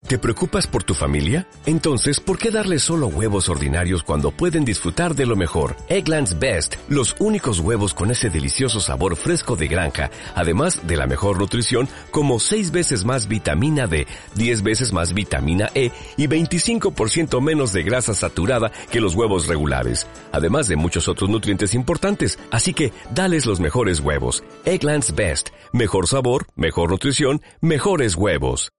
¿Te preocupas por tu familia? Entonces, ¿por qué darles solo huevos ordinarios cuando pueden disfrutar de lo mejor? Eggland's Best, los únicos huevos con ese delicioso sabor fresco de granja, además de la mejor nutrición, como 6 veces más vitamina D, 10 veces más vitamina E y 25% menos de grasa saturada que los huevos regulares, además de muchos otros nutrientes importantes. Así que, dales los mejores huevos. Eggland's Best, mejor sabor, mejor nutrición, mejores huevos.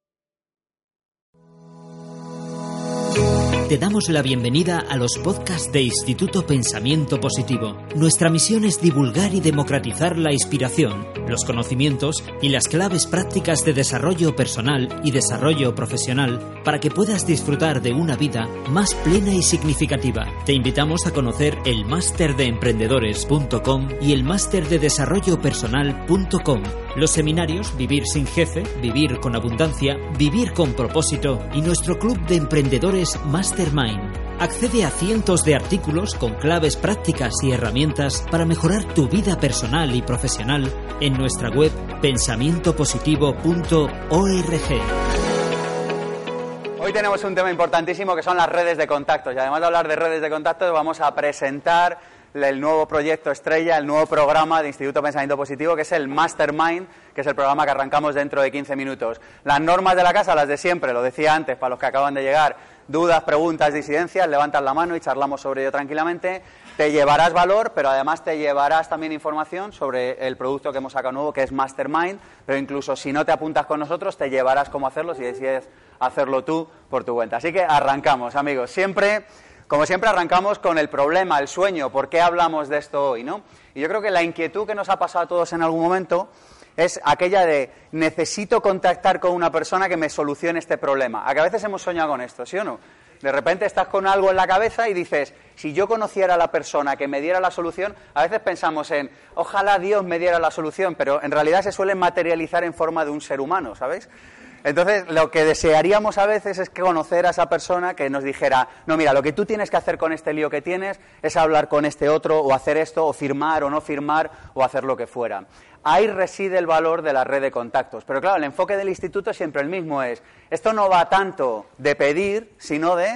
Te damos la bienvenida a los podcasts de Instituto Pensamiento Positivo. Nuestra misión es divulgar y democratizar la inspiración, los conocimientos y las claves prácticas de desarrollo personal y desarrollo profesional para que puedas disfrutar de una vida más plena y significativa. Te invitamos a conocer el masterdeemprendedores.com y el masterdedesarrollopersonal.com. Los seminarios Vivir sin jefe, Vivir con abundancia, Vivir con propósito y nuestro club de emprendedores Mastermind. Accede a cientos de artículos con claves prácticas y herramientas para mejorar tu vida personal y profesional en nuestra web pensamientopositivo.org. Hoy tenemos un tema importantísimo que son las redes de contactos y además de hablar de redes de contactos vamos a presentar el nuevo proyecto estrella, el nuevo programa de Instituto Pensamiento Positivo, que es el Mastermind, que es el programa que arrancamos dentro de 15 minutos. Las normas de la casa, las de siempre, lo decía antes, para los que acaban de llegar, dudas, preguntas, disidencias, levantas la mano y charlamos sobre ello tranquilamente. Te llevarás valor, pero además te llevarás también información sobre el producto que hemos sacado nuevo, que es Mastermind, pero incluso si no te apuntas con nosotros, te llevarás cómo hacerlo si decides hacerlo tú por tu cuenta. Así que arrancamos, amigos. Como siempre arrancamos con el problema, el sueño, ¿por qué hablamos de esto hoy, no? Y yo creo que la inquietud que nos ha pasado a todos en algún momento es aquella de necesito contactar con una persona que me solucione este problema. A que a veces hemos soñado con esto, ¿sí o no? De repente estás con algo en la cabeza y dices, si yo conociera a la persona que me diera la solución, a veces pensamos en, ojalá Dios me diera la solución, pero en realidad se suele materializar en forma de un ser humano, ¿sabéis? Entonces, lo que desearíamos a veces es conocer a esa persona que nos dijera, no, mira, lo que tú tienes que hacer con este lío que tienes es hablar con este otro, o hacer esto, o firmar o no firmar, o hacer lo que fuera. Ahí reside el valor de la red de contactos. Pero claro, el enfoque del instituto es siempre el mismo, esto no va tanto de pedir, sino de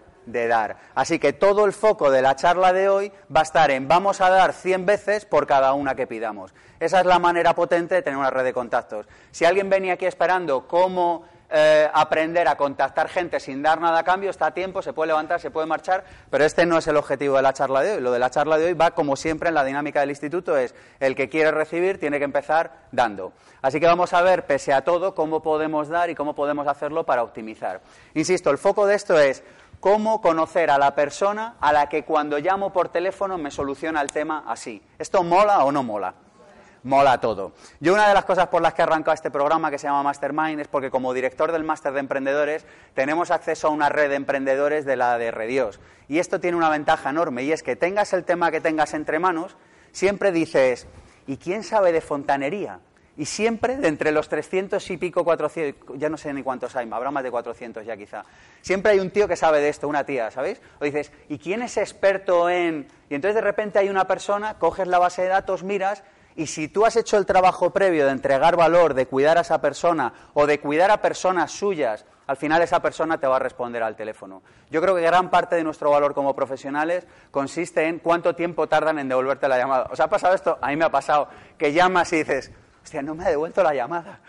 dar. Así que todo el foco de la charla de hoy va a estar en vamos a dar 100 veces por cada una que pidamos. Esa es la manera potente de tener una red de contactos. Si alguien venía aquí esperando cómo aprender a contactar gente sin dar nada a cambio, está a tiempo, se puede levantar, se puede marchar, pero este no es el objetivo de la charla de hoy. Lo de la charla de hoy va, como siempre, en la dinámica del instituto, es el que quiere recibir tiene que empezar dando. Así que vamos a ver, pese a todo, cómo podemos dar y cómo podemos hacerlo para optimizar. Insisto, el foco de esto es cómo conocer a la persona a la que cuando llamo por teléfono me soluciona el tema así. ¿Esto mola o no mola? Mola todo. Yo una de las cosas por las que he arrancado este programa que se llama Mastermind es porque como director del Máster de Emprendedores tenemos acceso a una red de emprendedores de la de Redios. Y esto tiene una ventaja enorme y es que tengas el tema que tengas entre manos, siempre dices, ¿y quién sabe de fontanería? Y siempre, de entre los 300 y pico, 400, ya no sé ni cuántos hay, habrá más de 400 ya quizá, siempre hay un tío que sabe de esto, una tía, ¿sabéis? O dices, ¿y quién es experto en...? Y entonces de repente hay una persona, coges la base de datos, miras, y si tú has hecho el trabajo previo de entregar valor, de cuidar a esa persona, o de cuidar a personas suyas, al final esa persona te va a responder al teléfono. Yo creo que gran parte de nuestro valor como profesionales consiste en cuánto tiempo tardan en devolverte la llamada. ¿Os ha pasado esto? A mí me ha pasado, que llamas y dices... Hostia, no me ha devuelto la llamada.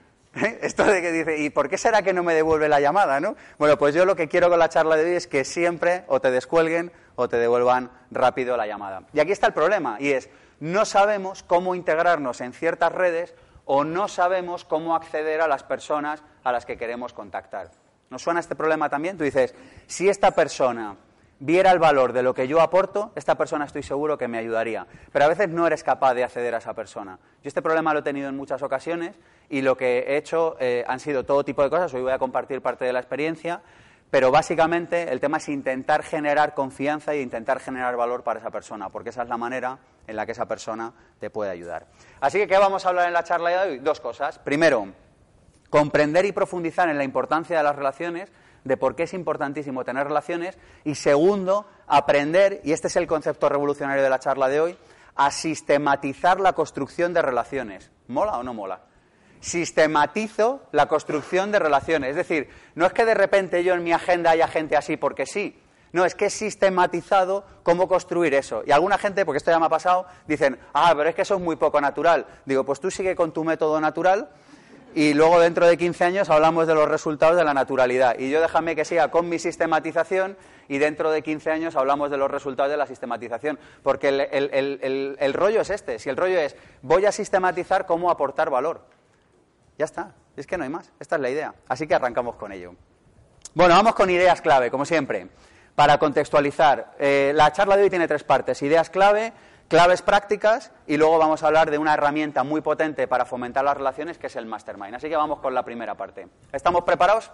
Esto de que dice, ¿y por qué será que no me devuelve la llamada, no? Bueno, pues yo lo que quiero con la charla de hoy es que siempre o te descuelguen o te devuelvan rápido la llamada. Y aquí está el problema, y es, no sabemos cómo integrarnos en ciertas redes o no sabemos cómo acceder a las personas a las que queremos contactar. ¿Nos suena este problema también? Tú dices, si esta persona viera el valor de lo que yo aporto, esta persona estoy seguro que me ayudaría. Pero a veces no eres capaz de acceder a esa persona. Yo este problema lo he tenido en muchas ocasiones y lo que he hecho han sido todo tipo de cosas. Hoy voy a compartir parte de la experiencia, pero básicamente el tema es intentar generar confianza e intentar generar valor para esa persona, porque esa es la manera en la que esa persona te puede ayudar. Así que, ¿qué vamos a hablar en la charla de hoy? Dos cosas. Primero, comprender y profundizar en la importancia de las relaciones, de por qué es importantísimo tener relaciones, y segundo, aprender, y este es el concepto revolucionario de la charla de hoy, a sistematizar la construcción de relaciones. ¿Mola o no mola? sistematizo la construcción de relaciones. Es decir, no es que de repente yo en mi agenda haya gente así porque sí. No, es que he sistematizado cómo construir eso. Y alguna gente, porque esto ya me ha pasado, dicen, pero es que eso es muy poco natural. Digo, pues tú sigue con tu método natural y luego dentro de 15 años hablamos de los resultados de la naturalidad. Y yo déjame que siga con mi sistematización y dentro de 15 años hablamos de los resultados de la sistematización. Porque el rollo es este. Si el rollo es, voy a sistematizar cómo aportar valor. Ya está. Es que no hay más. Esta es la idea. Así que arrancamos con ello. Bueno, vamos con ideas clave, como siempre. Para contextualizar, la charla de hoy tiene 3 partes. Ideas clave, claves prácticas y luego vamos a hablar de una herramienta muy potente para fomentar las relaciones que es el Mastermind. Así que vamos con la primera parte. ¿Estamos preparados?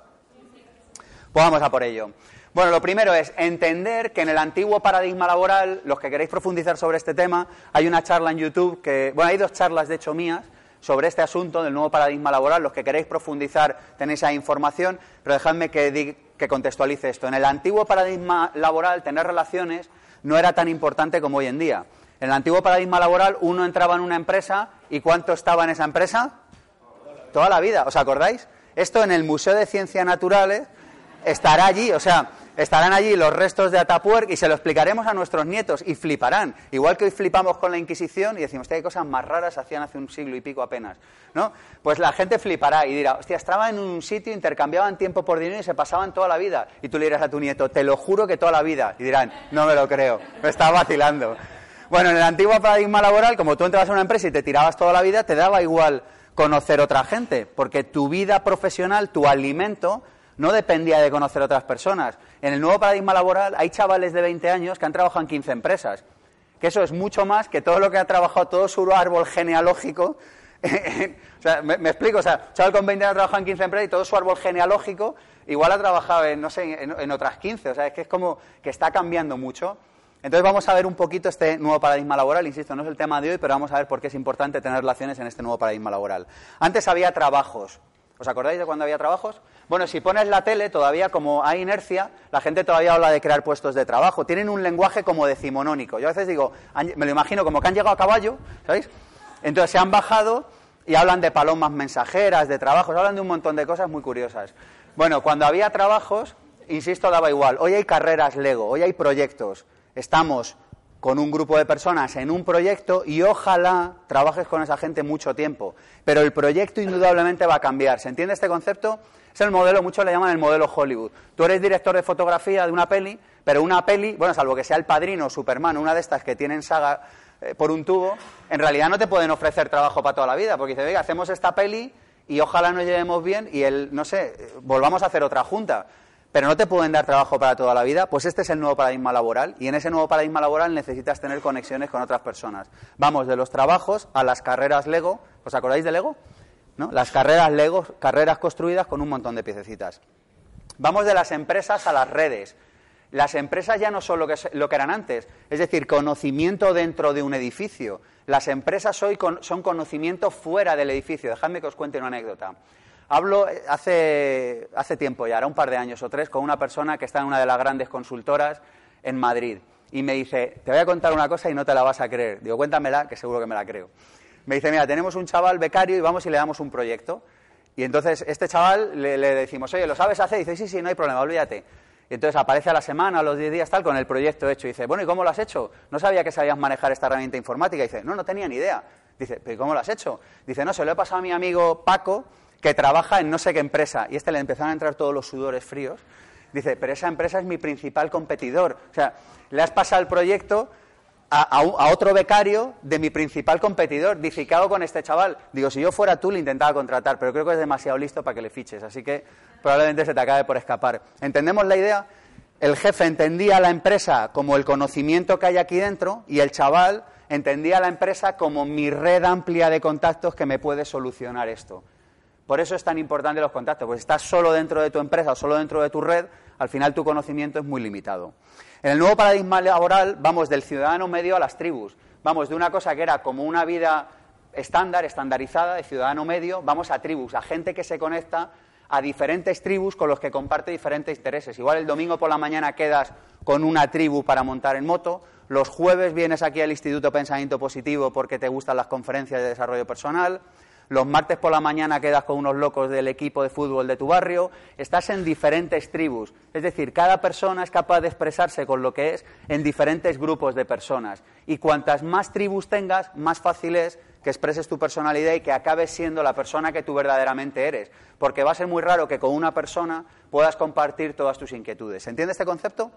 Pues vamos a por ello. Bueno, lo primero es entender que en el antiguo paradigma laboral, los que queréis profundizar sobre este tema, hay una charla en YouTube que... Bueno, hay 2 charlas de hecho mías sobre este asunto del nuevo paradigma laboral. Los que queréis profundizar tenéis esa información, pero dejadme que contextualice esto. En el antiguo paradigma laboral, tener relaciones no era tan importante como hoy en día. En el antiguo paradigma laboral, uno entraba en una empresa y ¿cuánto estaba en esa empresa? Toda la vida. ¿Os acordáis? Esto en el Museo de Ciencias Naturales estará allí, o sea, estarán allí los restos de Atapuerc y se lo explicaremos a nuestros nietos y fliparán. Igual que hoy flipamos con la Inquisición y decimos, hay cosas más raras hacían hace un siglo y pico apenas, ¿no? Pues la gente flipará y dirá, hostia, estaban en un sitio, intercambiaban tiempo por dinero y se pasaban toda la vida. Y tú le dirás a tu nieto, te lo juro que toda la vida. Y dirán, no me lo creo, me estaba vacilando. Bueno, en el antiguo paradigma laboral, como tú entrabas a una empresa y te tirabas toda la vida, te daba igual conocer otra gente, porque tu vida profesional, tu alimento, no dependía de conocer otras personas. En el nuevo paradigma laboral hay chavales de 20 años que han trabajado en 15 empresas, que eso es mucho más que todo lo que ha trabajado todo su árbol genealógico. O sea, me explico, o sea, un chaval con 20 años ha trabajado en 15 empresas y todo su árbol genealógico igual ha trabajado en, no sé, en otras 15, o sea, es que es como que está cambiando mucho. Entonces vamos a ver un poquito este nuevo paradigma laboral, insisto, no es el tema de hoy, pero vamos a ver por qué es importante tener relaciones en este nuevo paradigma laboral. Antes había trabajos. ¿Os acordáis de cuando había trabajos? Bueno, si pones la tele, todavía como hay inercia, la gente todavía habla de crear puestos de trabajo. Tienen un lenguaje como decimonónico. Yo a veces digo, me lo imagino como que han llegado a caballo, ¿sabéis? Entonces se han bajado y hablan de palomas mensajeras, de trabajos, hablan de un montón de cosas muy curiosas. Bueno, cuando había trabajos, insisto, daba igual. Hoy hay carreras Lego, hoy hay proyectos. Estamos con un grupo de personas en un proyecto y ojalá trabajes con esa gente mucho tiempo. Pero el proyecto indudablemente va a cambiar. ¿Se entiende este concepto? Es el modelo, muchos le llaman el modelo Hollywood. Tú eres director de fotografía de una peli, pero una peli, bueno, salvo que sea El Padrino o Superman, una de estas que tienen saga por un tubo, en realidad no te pueden ofrecer trabajo para toda la vida, porque dice, venga, hacemos esta peli y ojalá nos llevemos bien y no sé, volvamos a hacer otra junta. Pero no te pueden dar trabajo para toda la vida, pues este es el nuevo paradigma laboral y en ese nuevo paradigma laboral necesitas tener conexiones con otras personas. Vamos de los trabajos a las carreras Lego. ¿Os acordáis de Lego? ¿No? Las carreras Lego, carreras construidas con un montón de piececitas. Vamos de las empresas a las redes. Las empresas ya no son lo que eran antes, es decir, conocimiento dentro de un edificio. Las empresas hoy son conocimiento fuera del edificio. Dejadme que os cuente una anécdota. Hablo hace tiempo ya, era un par de años o 3, con una persona que está en una de las grandes consultoras en Madrid. Y me dice, te voy a contar una cosa y no te la vas a creer. Digo, cuéntamela, que seguro que me la creo. Me dice, mira, tenemos un chaval becario y vamos y le damos un proyecto. Y entonces este chaval le decimos, oye, ¿lo sabes hacer? Y dice, sí, no hay problema, olvídate. Y entonces aparece a la semana, a los 10 días, tal, con el proyecto hecho. Y dice, bueno, ¿y cómo lo has hecho? No sabía que sabías manejar esta herramienta informática. Y dice, no tenía ni idea. Dice, ¿pero cómo lo has hecho? Dice, no, se lo he pasado a mi amigo Paco, que trabaja en no sé qué empresa, y le empezaron a entrar todos los sudores fríos. Dice, pero esa empresa es mi principal competidor. O sea, le has pasado el proyecto a otro becario de mi principal competidor. Dice, ¿qué hago con este chaval? Digo, si yo fuera tú, le intentaba contratar, pero creo que es demasiado listo para que le fiches, así que probablemente se te acabe por escapar. ¿Entendemos la idea? El jefe entendía a la empresa como el conocimiento que hay aquí dentro, y el chaval entendía a la empresa como mi red amplia de contactos que me puede solucionar esto. Por eso es tan importante los contactos, porque si estás solo dentro de tu empresa o solo dentro de tu red, al final tu conocimiento es muy limitado. En el nuevo paradigma laboral vamos del ciudadano medio a las tribus. Vamos de una cosa que era como una vida estandarizada, de ciudadano medio, vamos a tribus, a gente que se conecta a diferentes tribus con los que comparte diferentes intereses. Igual el domingo por la mañana quedas con una tribu para montar en moto, los jueves vienes aquí al Instituto Pensamiento Positivo porque te gustan las conferencias de desarrollo personal, los martes por la mañana quedas con unos locos del equipo de fútbol de tu barrio, estás en diferentes tribus, es decir, cada persona es capaz de expresarse con lo que es en diferentes grupos de personas, y cuantas más tribus tengas, más fácil es que expreses tu personalidad y que acabes siendo la persona que tú verdaderamente eres, porque va a ser muy raro que con una persona puedas compartir todas tus inquietudes. ¿Se entiende este concepto?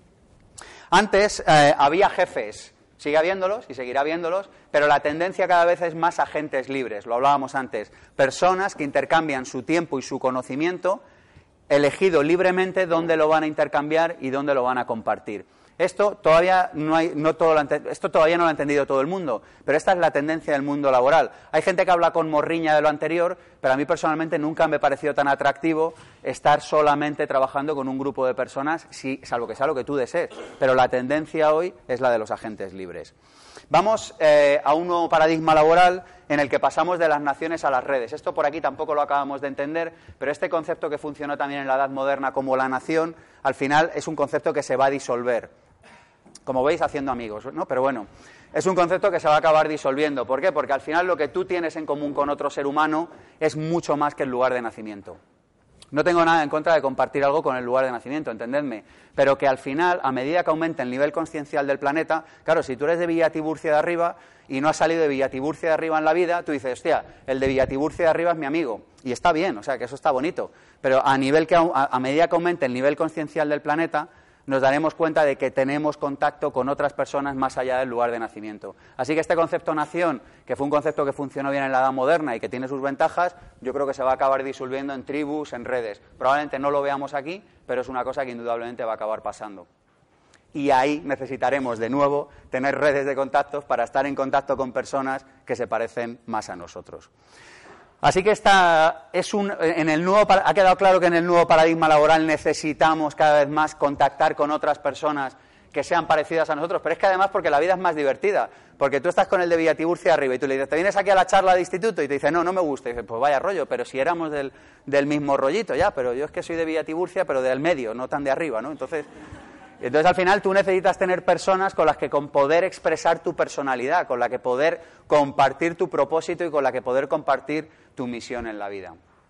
Antes había jefes, sigue habiéndolos y seguirá habiéndolos, pero la tendencia cada vez es más agentes libres, lo hablábamos antes, personas que intercambian su tiempo y su conocimiento, elegido libremente dónde lo van a intercambiar y dónde lo van a compartir. Esto todavía no lo ha entendido todo el mundo, pero esta es la tendencia del mundo laboral. Hay gente que habla con morriña de lo anterior, pero a mí personalmente nunca me ha parecido tan atractivo estar solamente trabajando con un grupo de personas, salvo que sea lo que tú desees. Pero la tendencia hoy es la de los agentes libres. Vamos a un nuevo paradigma laboral en el que pasamos de las naciones a las redes. Esto por aquí tampoco lo acabamos de entender, pero este concepto que funcionó también en la Edad Moderna como la nación, al final es un concepto que se va a disolver. Como veis, haciendo amigos, ¿no? Pero bueno, es un concepto que se va a acabar disolviendo. ¿Por qué? Porque al final lo que tú tienes en común con otro ser humano es mucho más que el lugar de nacimiento. No tengo nada en contra de compartir algo con el lugar de nacimiento, entendedme, pero que al final, a medida que aumente el nivel consciencial del planeta, claro, si tú eres de Villatiburcia de arriba y no has salido de Villatiburcia de arriba en la vida, tú dices, hostia, el de Villatiburcia de arriba es mi amigo, y está bien, o sea, que eso está bonito, pero a medida que aumente el nivel consciencial del planeta, nos daremos cuenta de que tenemos contacto con otras personas más allá del lugar de nacimiento. Así que este concepto nación, que fue un concepto que funcionó bien en la Edad Moderna y que tiene sus ventajas, yo creo que se va a acabar disolviendo en tribus, en redes. Probablemente no lo veamos aquí, pero es una cosa que indudablemente va a acabar pasando. Y ahí necesitaremos de nuevo tener redes de contactos para estar en contacto con personas que se parecen más a nosotros. Así que ha quedado claro que en el nuevo paradigma laboral necesitamos cada vez más contactar con otras personas que sean parecidas a nosotros, pero es que además porque la vida es más divertida, porque tú estás con el de Villatiburcia arriba y tú le dices, ¿te vienes aquí a la charla de instituto? Y te dice, no me gusta, y dices, pues vaya rollo, pero si éramos del mismo rollito, ya, pero yo es que soy de Villatiburcia, pero del medio, no tan de arriba, ¿no? Entonces al final tú necesitas tener personas con las que poder expresar tu personalidad, con las que poder compartir tu propósito y con las que poder compartir tu misión en la vida.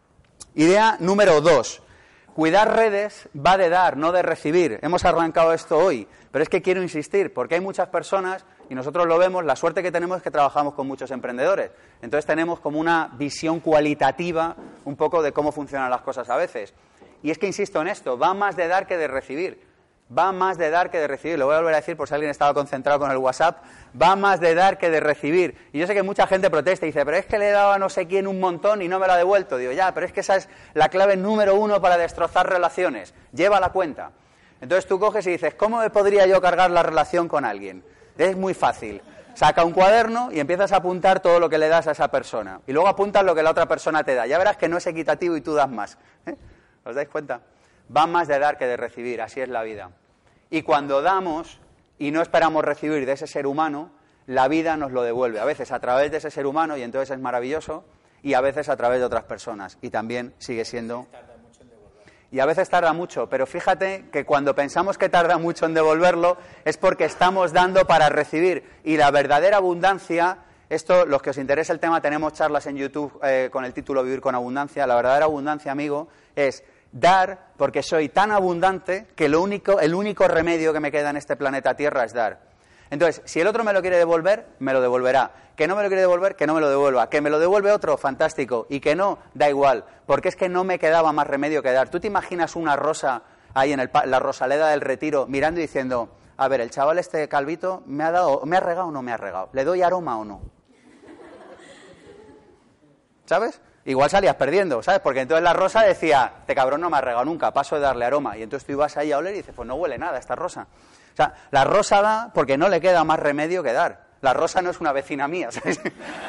Idea número 2. Cuidar redes va de dar, no de recibir. Hemos arrancado esto hoy, pero es que quiero insistir, porque hay muchas personas, y nosotros lo vemos, la suerte que tenemos es que trabajamos con muchos emprendedores. Entonces tenemos como una visión cualitativa un poco de cómo funcionan las cosas a veces. Y es que insisto en esto, va más de dar que de recibir. Va más de dar que de recibir, lo voy a volver a decir por si alguien estaba concentrado con el WhatsApp, va más de dar que de recibir. Y yo sé que mucha gente protesta y dice, pero es que le he dado a no sé quién un montón y no me lo ha devuelto. Digo, ya, pero es que esa es la clave número 1 para destrozar relaciones, lleva la cuenta. Entonces tú coges y dices, ¿cómo me podría yo cargar la relación con alguien? Es muy fácil, saca un cuaderno y empiezas a apuntar todo lo que le das a esa persona. Y luego apuntas lo que la otra persona te da, ya verás que no es equitativo y tú das más. ¿Os dais cuenta? Va más de dar que de recibir, así es la vida. Y cuando damos y no esperamos recibir de ese ser humano, la vida nos lo devuelve, a veces a través de ese ser humano, y entonces es maravilloso, y a veces a través de otras personas, y también sigue siendo... Y a veces tarda mucho, pero fíjate que cuando pensamos que tarda mucho en devolverlo, es porque estamos dando para recibir, y la verdadera abundancia... Esto, los que os interesa el tema, tenemos charlas en YouTube con el título Vivir con Abundancia. La verdadera abundancia, amigo, es dar porque soy tan abundante que el único remedio que me queda en este planeta Tierra es dar. Entonces, si el otro me lo quiere devolver, me lo devolverá. Que no me lo quiere devolver, que no me lo devuelva. Que me lo devuelve otro, fantástico. Y que no, da igual. Porque es que no me quedaba más remedio que dar. ¿Tú te imaginas una rosa ahí en la Rosaleda del Retiro mirando y diciendo, a ver, el chaval este calvito me ha regado o no me ha regado? ¿Le doy aroma o no? ¿Sabes? Igual salías perdiendo, ¿sabes? Porque entonces la rosa decía, este cabrón no me ha regado nunca, paso de darle aroma. Y entonces tú ibas ahí a oler y dices, pues no huele nada esta rosa. O sea, la rosa da porque no le queda más remedio que dar. La rosa no es una vecina mía, ¿sabes?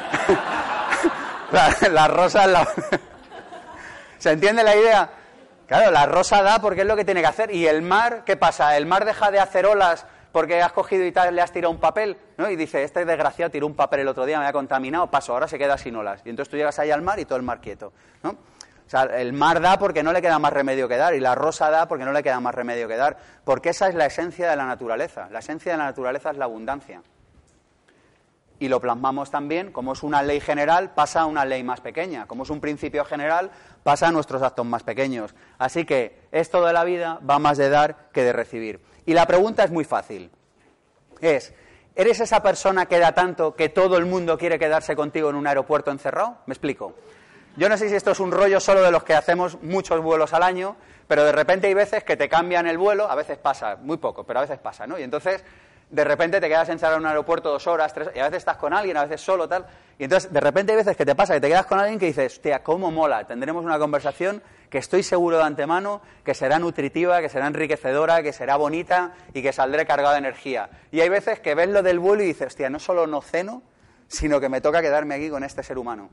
la rosa es la... ¿Se entiende la idea? Claro, la rosa da porque es lo que tiene que hacer. ¿Y el mar, qué pasa? ¿El mar deja de hacer olas porque has cogido y le has tirado un papel? ¿No? Y dice, este desgraciado tiró un papel el otro día, me ha contaminado, paso, ahora se queda sin olas. Y entonces tú llegas ahí al mar y todo el mar quieto, ¿no? O sea, el mar da porque no le queda más remedio que dar, y la rosa da porque no le queda más remedio que dar, porque esa es la esencia de la naturaleza. La esencia de la naturaleza es la abundancia. y lo plasmamos también, como es una ley general, pasa a una ley más pequeña, como es un principio general, pasa a nuestros actos más pequeños. Así que esto de la vida va más de dar que de recibir. Y la pregunta es muy fácil, ¿eres esa persona que da tanto que todo el mundo quiere quedarse contigo en un aeropuerto encerrado? ¿Me explico? Yo no sé si esto es un rollo solo de los que hacemos muchos vuelos al año, pero de repente hay veces que te cambian el vuelo, a veces pasa, muy poco, pero a veces pasa, ¿no? Y entonces de repente te quedas encerrado en un aeropuerto 2 horas, 3, y a veces estás con alguien, a veces solo, tal, y entonces de repente hay veces que te pasa que te quedas con alguien que dices, hostia, cómo mola, tendremos una conversación que estoy seguro de antemano que será nutritiva, que será enriquecedora, que será bonita y que saldré cargado de energía. Y hay veces que ves lo del vuelo y dices, hostia, no solo no ceno, sino que me toca quedarme aquí con este ser humano.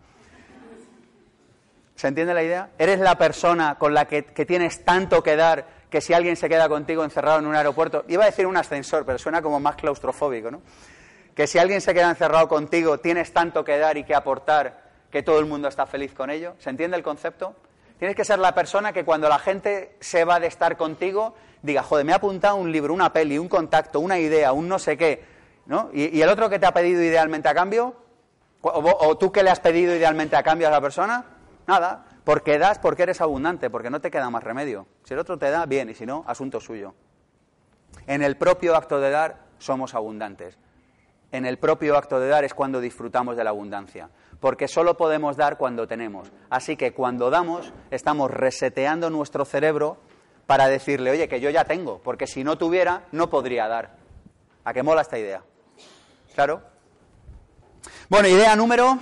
¿Se entiende la idea? ¿Eres la persona con la que tienes tanto que dar que si alguien se queda contigo encerrado en un aeropuerto, iba a decir un ascensor, pero suena como más claustrofóbico, ¿no? Que si alguien se queda encerrado contigo, tienes tanto que dar y que aportar que todo el mundo está feliz con ello? ¿Se entiende el concepto? Tienes que ser la persona que cuando la gente se va de estar contigo, diga, joder, me ha apuntado un libro, una peli, un contacto, una idea, un no sé qué, ¿no? Y el otro que te ha pedido idealmente a cambio, o tú que le has pedido idealmente a cambio a la persona, nada. Porque das porque eres abundante, porque no te queda más remedio. Si el otro te da, bien, y si no, asunto suyo. En el propio acto de dar somos abundantes. En el propio acto de dar es cuando disfrutamos de la abundancia. Porque solo podemos dar cuando tenemos. Así que cuando damos, estamos reseteando nuestro cerebro para decirle, oye, que yo ya tengo, porque si no tuviera, no podría dar. ¿A qué mola esta idea? ¿Claro? Bueno, idea número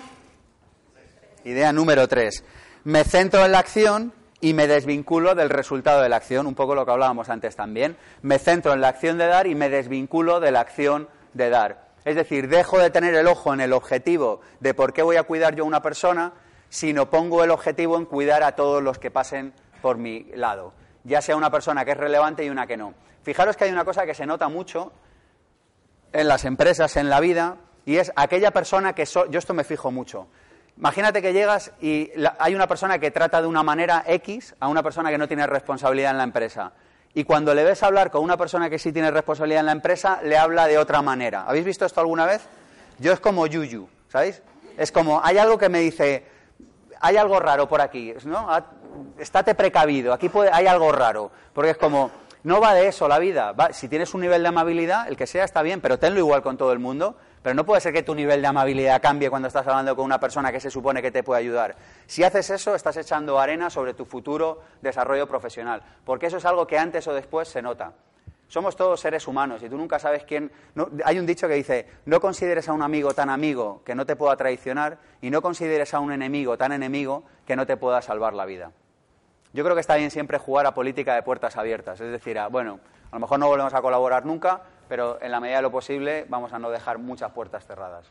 3. Me centro en la acción y me desvinculo del resultado de la acción, un poco lo que hablábamos antes también. Me centro en la acción de dar y me desvinculo de la acción de dar. Es decir, dejo de tener el ojo en el objetivo de por qué voy a cuidar yo a una persona, sino pongo el objetivo en cuidar a todos los que pasen por mi lado, ya sea una persona que es relevante y una que no. Fijaros que hay una cosa que se nota mucho en las empresas, en la vida, y es aquella persona que... yo esto me fijo mucho. Imagínate que llegas y hay una persona que trata de una manera X a una persona que no tiene responsabilidad en la empresa. Y cuando le ves hablar con una persona que sí tiene responsabilidad en la empresa, le habla de otra manera. ¿Habéis visto esto alguna vez? Yo es como yuyu, ¿sabéis? Es como, hay algo que me dice, hay algo raro por aquí, ¿no? Estate precavido, aquí hay algo raro. Porque es como, no va de eso la vida. Si tienes un nivel de amabilidad, el que sea está bien, pero tenlo igual con todo el mundo. Pero no puede ser que tu nivel de amabilidad cambie cuando estás hablando con una persona que se supone que te puede ayudar. Si haces eso, estás echando arena sobre tu futuro desarrollo profesional, porque eso es algo que antes o después se nota. Somos todos seres humanos y tú nunca sabes quién... No, hay un dicho que dice, no consideres a un amigo tan amigo que no te pueda traicionar y no consideres a un enemigo tan enemigo que no te pueda salvar la vida. Yo creo que está bien siempre jugar a política de puertas abiertas, es decir, a lo mejor no volvemos a colaborar nunca, pero en la medida de lo posible vamos a no dejar muchas puertas cerradas.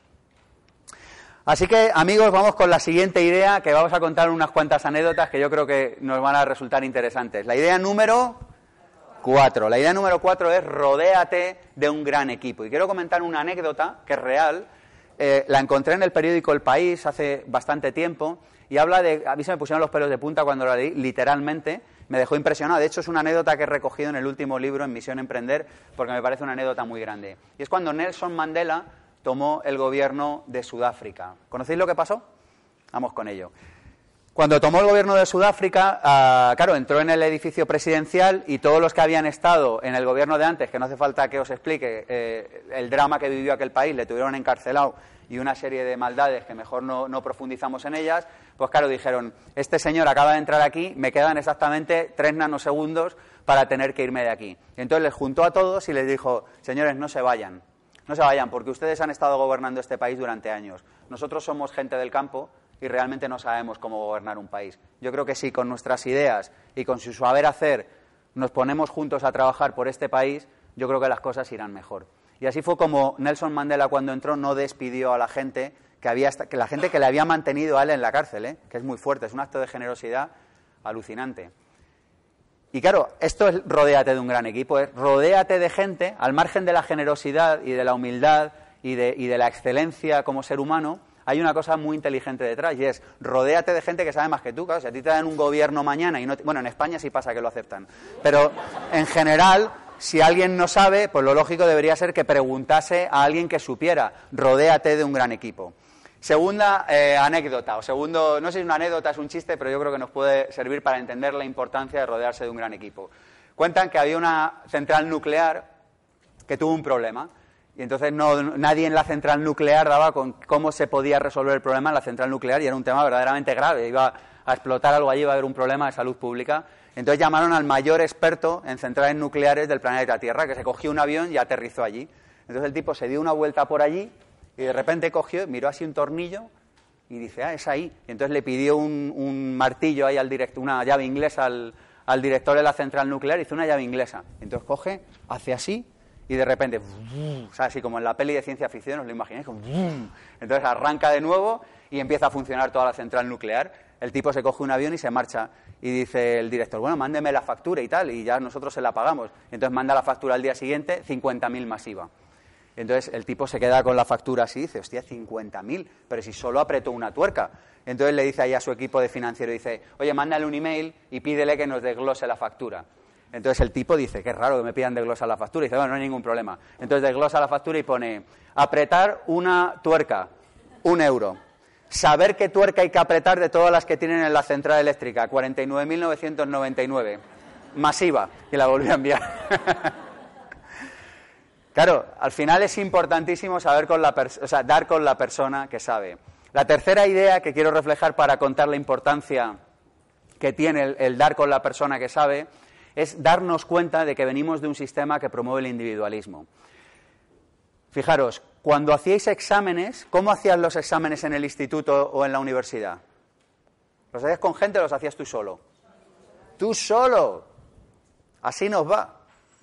Así que, amigos, vamos con la siguiente idea, que vamos a contar unas cuantas anécdotas que yo creo que nos van a resultar interesantes. La idea número 4. La idea número 4 es rodéate de un gran equipo. Y quiero comentar una anécdota que es real. La encontré en el periódico El País hace bastante tiempo y habla de... A mí se me pusieron los pelos de punta cuando la leí, literalmente. Me dejó impresionado. De hecho, es una anécdota que he recogido en el último libro, en Misión Emprender, porque me parece una anécdota muy grande. Y es cuando Nelson Mandela tomó el gobierno de Sudáfrica. ¿Conocéis lo que pasó? Vamos con ello. Cuando tomó el gobierno de Sudáfrica, claro, entró en el edificio presidencial y todos los que habían estado en el gobierno de antes, que no hace falta que os explique el drama que vivió aquel país, le tuvieron encarcelado y una serie de maldades que mejor no profundizamos en ellas, pues claro, dijeron, este señor acaba de entrar aquí, me quedan exactamente 3 nanosegundos para tener que irme de aquí. Entonces les juntó a todos y les dijo, señores, no se vayan, porque ustedes han estado gobernando este país durante años. Nosotros somos gente del campo y realmente no sabemos cómo gobernar un país. Yo creo que si con nuestras ideas y con su saber hacer nos ponemos juntos a trabajar por este país, yo creo que las cosas irán mejor. Y así fue como Nelson Mandela, cuando entró, no despidió a la gente que la gente que le había mantenido a él en la cárcel, que es muy fuerte, es un acto de generosidad alucinante. Y claro, esto es rodéate de un gran equipo, es rodéate de gente, al margen de la generosidad y de la humildad y de la excelencia como ser humano, hay una cosa muy inteligente detrás y es rodéate de gente que sabe más que tú. Claro, si a ti te dan un gobierno mañana y no bueno, en España sí pasa que lo aceptan, pero en general, si alguien no sabe, pues lo lógico debería ser que preguntase a alguien que supiera. Rodéate de un gran equipo. Segunda anécdota, o segundo, no sé si es una anécdota, es un chiste, pero yo creo que nos puede servir para entender la importancia de rodearse de un gran equipo. Cuentan que había una central nuclear que tuvo un problema, y entonces nadie en la central nuclear daba con cómo se podía resolver el problema en la central nuclear, y era un tema verdaderamente grave, iba a explotar algo allí, iba a haber un problema de salud pública. Entonces llamaron al mayor experto en centrales nucleares del planeta Tierra, que se cogió un avión y aterrizó allí. Entonces el tipo se dio una vuelta por allí, y de repente cogió, miró así un tornillo y dice, es ahí. Y entonces le pidió un martillo ahí al director, una llave inglesa al director de la central nuclear, hizo una llave inglesa. Entonces coge, hace así y de repente, o sea, así como en la peli de ciencia ficción, os lo imagináis, como, entonces arranca de nuevo y empieza a funcionar toda la central nuclear. El tipo se coge un avión y se marcha. Y dice el director, bueno, mándeme la factura y tal, y ya nosotros se la pagamos. Entonces manda la factura al día siguiente, 50.000 más IVA. Entonces el tipo se queda con la factura así y dice, hostia, 50.000, pero si solo apretó una tuerca. Entonces le dice ahí a su equipo de financiero, dice, oye, mándale un email y pídele que nos desglose la factura. Entonces el tipo dice, qué raro que me pidan desglosar la factura. Y dice, bueno, no hay ningún problema. Entonces desglosa la factura y pone, apretar una tuerca, 1 euro. Saber qué tuerca hay que apretar de todas las que tienen en la central eléctrica, 49.999. Masiva. Y la volvió a enviar. Claro, al final es importantísimo dar con la persona que sabe. La tercera idea que quiero reflejar para contar la importancia que tiene el dar con la persona que sabe es darnos cuenta de que venimos de un sistema que promueve el individualismo. Fijaros, cuando hacíais exámenes, ¿cómo hacías los exámenes en el instituto o en la universidad? ¿Los hacías con gente o los hacías tú solo? ¡Tú solo! Así nos va.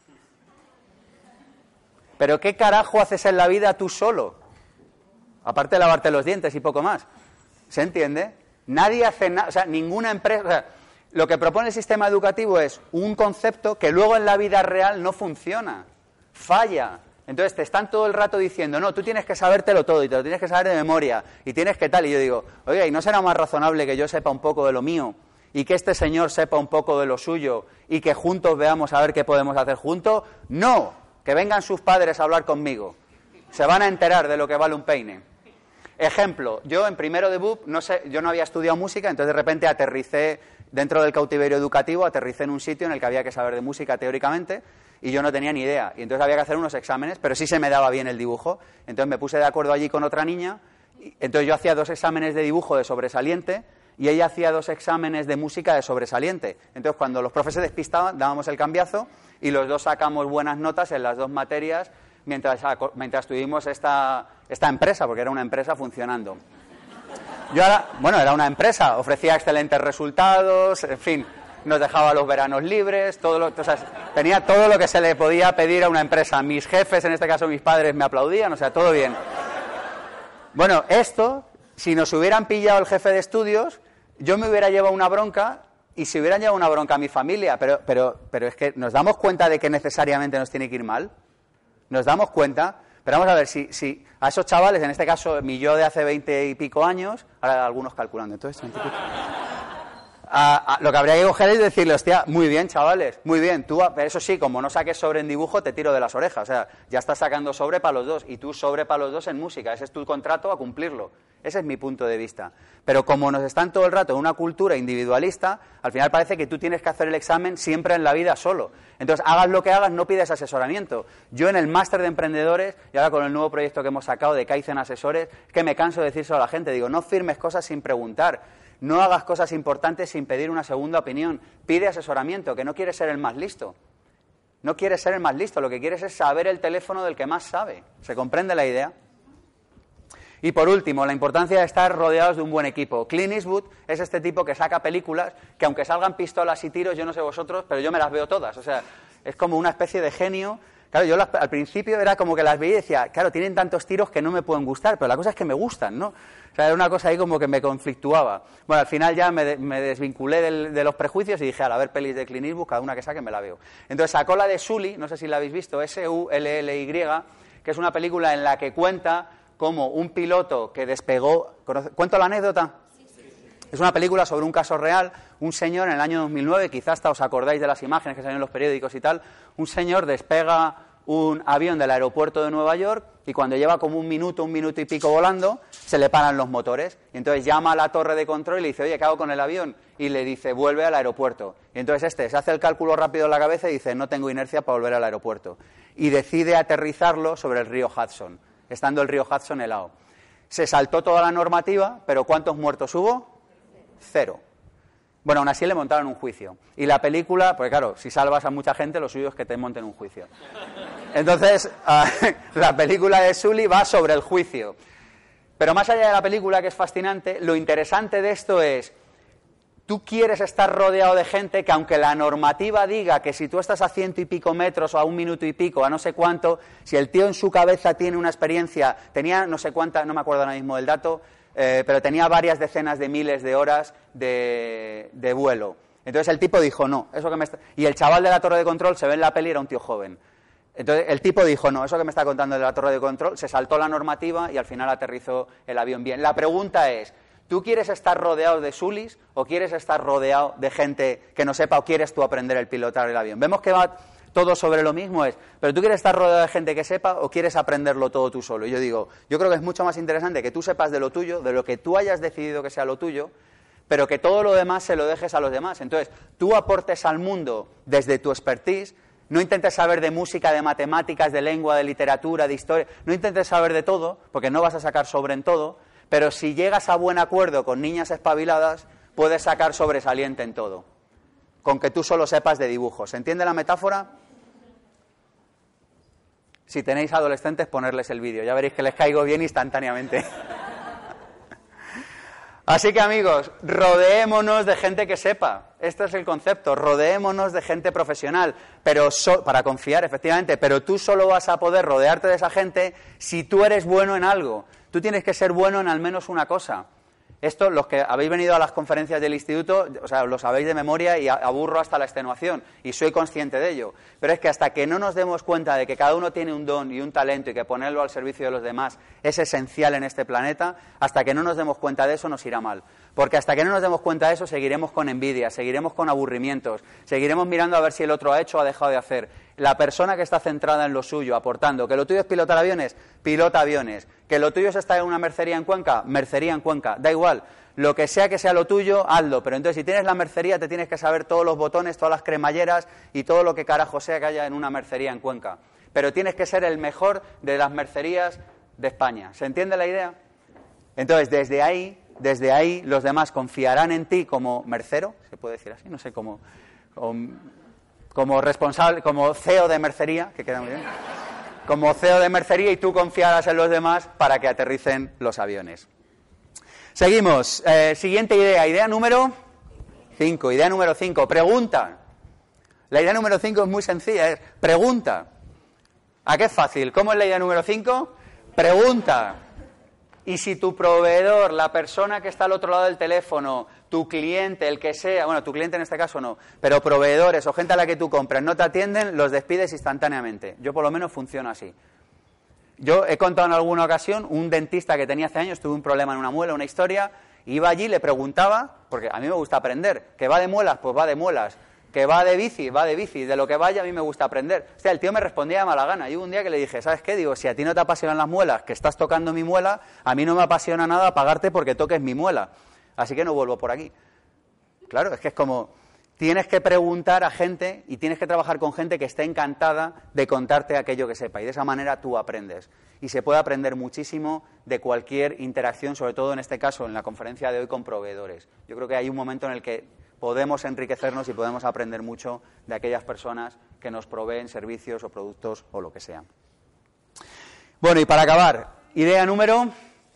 ¿Pero qué carajo haces en la vida tú solo? Aparte de lavarte los dientes y poco más. ¿Se entiende? Nadie hace nada, o sea, ninguna empresa... O sea, lo que propone el sistema educativo es un concepto que luego en la vida real no funciona, falla. Entonces te están todo el rato diciendo, no, tú tienes que sabértelo todo y te lo tienes que saber de memoria y tienes que tal. Y yo digo, oiga, ¿y no será más razonable que yo sepa un poco de lo mío y que este señor sepa un poco de lo suyo y que juntos veamos a ver qué podemos hacer juntos? ¡No! Que vengan sus padres a hablar conmigo. Se van a enterar de lo que vale un peine. Ejemplo, yo en primero de BUP, yo no había estudiado música, entonces de repente aterricé dentro del cautiverio educativo, aterricé en un sitio en el que había que saber de música teóricamente y yo no tenía ni idea. Y entonces había que hacer unos exámenes, pero sí se me daba bien el dibujo. Entonces me puse de acuerdo allí con otra niña, entonces yo hacía 2 exámenes de dibujo de sobresaliente y ella hacía 2 exámenes de música de sobresaliente. Entonces cuando los profes se despistaban, dábamos el cambiazo y los dos sacamos buenas notas en las 2 materias mientras tuvimos esta empresa, porque era una empresa funcionando. Era una empresa, ofrecía excelentes resultados, en fin, nos dejaba los veranos libres, tenía todo lo que se le podía pedir a una empresa. Mis jefes, en este caso mis padres, me aplaudían, o sea, todo bien. Bueno, esto, si nos hubieran pillado el jefe de estudios, yo me hubiera llevado una bronca. Y si hubieran llevado una bronca a mi familia, pero es que nos damos cuenta de que necesariamente nos tiene que ir mal. Nos damos cuenta, pero vamos a ver, si a esos chavales, en este caso mi yo de hace 20 y pico años, ahora algunos calculando, entonces, lo que habría que coger es decirle, hostia, muy bien, chavales, muy bien, tú, eso sí, como no saques sobre en dibujo, te tiro de las orejas, o sea, ya estás sacando sobre para los dos, y tú sobre para los dos en música, ese es tu contrato, a cumplirlo. Ese es mi punto de vista. Pero como nos están todo el rato en una cultura individualista, al final parece que tú tienes que hacer el examen siempre en la vida solo. Entonces, hagas lo que hagas, no pides asesoramiento. Yo en el máster de emprendedores, y ahora con el nuevo proyecto que hemos sacado de Kaizen Asesores, es que me canso de decírselo a la gente. Digo, no firmes cosas sin preguntar. No hagas cosas importantes sin pedir una segunda opinión. Pide asesoramiento, que no quieres ser el más listo. No quieres ser el más listo, lo que quieres es saber el teléfono del que más sabe. ¿Se comprende la idea? Y por último, la importancia de estar rodeados de un buen equipo. Clint Eastwood es este tipo que saca películas que aunque salgan pistolas y tiros, yo no sé vosotros, pero yo me las veo todas. O sea, es como una especie de genio. Claro, yo al principio era como que las veía y decía, claro, tienen tantos tiros que no me pueden gustar, pero la cosa es que me gustan, ¿no? O sea, era una cosa ahí como que me conflictuaba. Bueno, al final ya me desvinculé de los prejuicios y dije, a ver pelis de Clint Eastwood, cada una que saque me la veo. Entonces sacó la de Sully, no sé si la habéis visto, Sully, que es una película en la que cuenta como un piloto que despegó... ¿Cuento la anécdota? Sí. Es una película sobre un caso real, un señor en el año 2009, quizás hasta os acordáis de las imágenes que salen en los periódicos y tal, un señor despega un avión del aeropuerto de Nueva York y cuando lleva como un minuto y pico volando, se le paran los motores. Y entonces llama a la torre de control y le dice, oye, ¿qué hago con el avión? Y le dice, vuelve al aeropuerto. Y entonces se hace el cálculo rápido en la cabeza y dice, no tengo inercia para volver al aeropuerto. Y decide aterrizarlo sobre el río Hudson, estando el río Hudson helado. Se saltó toda la normativa, pero ¿cuántos muertos hubo? 0. Bueno, aún así le montaron un juicio. Y la película, porque claro, si salvas a mucha gente, lo suyo es que te monten un juicio. Entonces, la película de Sully va sobre el juicio. Pero más allá de la película, que es fascinante, lo interesante de esto es, tú quieres estar rodeado de gente que aunque la normativa diga que si tú estás a 100 y pico metros o a 1 minuto y pico, a no sé cuánto, si el tío en su cabeza tiene una experiencia, tenía no sé cuánta, no me acuerdo ahora mismo del dato, pero tenía varias decenas de miles de horas de vuelo. Entonces el tipo dijo, no, eso que me está... Y el chaval de la torre de control, se ve en la peli, era un tío joven. Entonces el tipo dijo, no, eso que me está contando de la torre de control, se saltó la normativa y al final aterrizó el avión bien. La pregunta es, ¿tú quieres estar rodeado de Sulis o quieres estar rodeado de gente que no sepa o quieres tú aprender el pilotar el avión? Vemos que va todo sobre lo mismo, pero ¿tú quieres estar rodeado de gente que sepa o quieres aprenderlo todo tú solo? Y yo digo, yo creo que es mucho más interesante que tú sepas de lo tuyo, de lo que tú hayas decidido que sea lo tuyo, pero que todo lo demás se lo dejes a los demás. Entonces, tú aportes al mundo desde tu expertise, no intentes saber de música, de matemáticas, de lengua, de literatura, de historia, no intentes saber de todo, porque no vas a sacar sobre en todo, pero si llegas a buen acuerdo con niñas espabiladas, puedes sacar sobresaliente en todo, con que tú solo sepas de dibujos. ¿Se entiende la metáfora? Si tenéis adolescentes, ponerles el vídeo, ya veréis que les caigo bien instantáneamente. Así que, amigos, rodeémonos de gente que sepa. Este es el concepto, rodeémonos de gente profesional, pero para confiar, efectivamente, pero tú solo vas a poder rodearte de esa gente si tú eres bueno en algo. Tú tienes que ser bueno en al menos una cosa. Esto, los que habéis venido a las conferencias del instituto, o sea, lo sabéis de memoria y aburro hasta la extenuación, y soy consciente de ello. Pero es que hasta que no nos demos cuenta de que cada uno tiene un don y un talento y que ponerlo al servicio de los demás es esencial en este planeta, hasta que no nos demos cuenta de eso nos irá mal. Porque hasta que no nos demos cuenta de eso seguiremos con envidia, seguiremos con aburrimientos, seguiremos mirando a ver si el otro ha hecho o ha dejado de hacer. La persona que está centrada en lo suyo, aportando, que lo tuyo es pilotar aviones, pilota aviones, que lo tuyo es estar en una mercería en Cuenca, mercería en Cuenca, da igual, lo que sea lo tuyo, hazlo, pero entonces si tienes la mercería te tienes que saber todos los botones, todas las cremalleras y todo lo que carajo sea que haya en una mercería en Cuenca, pero tienes que ser el mejor de las mercerías de España. ¿Se entiende la idea? Entonces, desde ahí los demás confiarán en ti como mercero, se puede decir así, no sé, como responsable, como CEO de mercería, que queda muy bien, como CEO de mercería, y tú confiarás en los demás para que aterricen los aviones. Seguimos. Siguiente idea número 5. Idea número 5. Pregunta. La idea número 5 es muy sencilla, es pregunta. ¿A qué es fácil? ¿Cómo es la idea número 5? Pregunta. Y si tu proveedor, la persona que está al otro lado del teléfono, tu cliente, el que sea, bueno, tu cliente en este caso no, pero proveedores o gente a la que tú compras no te atienden, los despides instantáneamente. Yo por lo menos funciono así. Yo he contado en alguna ocasión, un dentista que tenía hace años, tuve un problema en una muela, una historia, iba allí, le preguntaba, porque a mí me gusta aprender, que va de muelas, pues va de muelas, que va de bici, de lo que vaya a mí me gusta aprender. O sea, el tío me respondía de mala gana. Y hubo un día que le dije, ¿sabes qué? Digo, si a ti no te apasionan las muelas, que estás tocando mi muela, a mí no me apasiona nada pagarte porque toques mi muela. Así que no vuelvo por aquí. Claro, es que es como, tienes que preguntar a gente y tienes que trabajar con gente que esté encantada de contarte aquello que sepa. Y de esa manera tú aprendes. Y se puede aprender muchísimo de cualquier interacción, sobre todo en este caso, en la conferencia de hoy con proveedores. Yo creo que hay un momento en el que podemos enriquecernos y podemos aprender mucho de aquellas personas que nos proveen servicios o productos o lo que sea. Bueno, y para acabar, idea número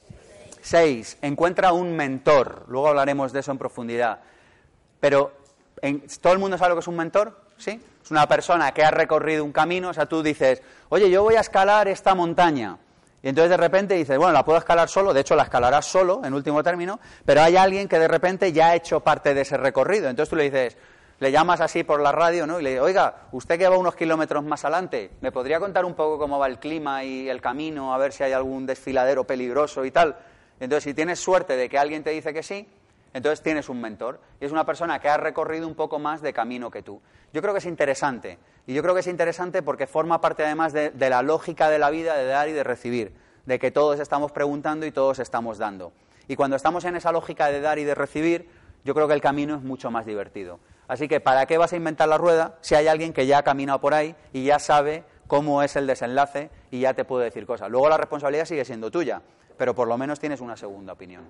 6. Encuentra un mentor. Luego hablaremos de eso en profundidad. Pero, ¿todo el mundo sabe lo que es un mentor? ¿Sí? Es una persona que ha recorrido un camino. O sea, tú dices, oye, yo voy a escalar esta montaña. Y entonces de repente dices, bueno, la puedo escalar solo, de hecho la escalarás solo, en último término, pero hay alguien que de repente ya ha hecho parte de ese recorrido. Entonces tú le dices, le llamas así por la radio, ¿no? Y le dices, oiga, usted que va unos kilómetros más adelante, ¿me podría contar un poco cómo va el clima y el camino, a ver si hay algún desfiladero peligroso y tal? Entonces, si tienes suerte de que alguien te dice que sí, Entonces tienes un mentor y es una persona que ha recorrido un poco más de camino que tú. Yo creo que es interesante, y yo creo que es interesante porque forma parte además de la lógica de la vida, de dar y de recibir, de que todos estamos preguntando y todos estamos dando. Y cuando estamos en esa lógica de dar y de recibir, yo creo que el camino es mucho más divertido. Así que, ¿para qué vas a inventar la rueda si hay alguien que ya ha caminado por ahí y ya sabe cómo es el desenlace y ya te puede decir cosas? Luego la responsabilidad sigue siendo tuya, pero por lo menos tienes una segunda opinión.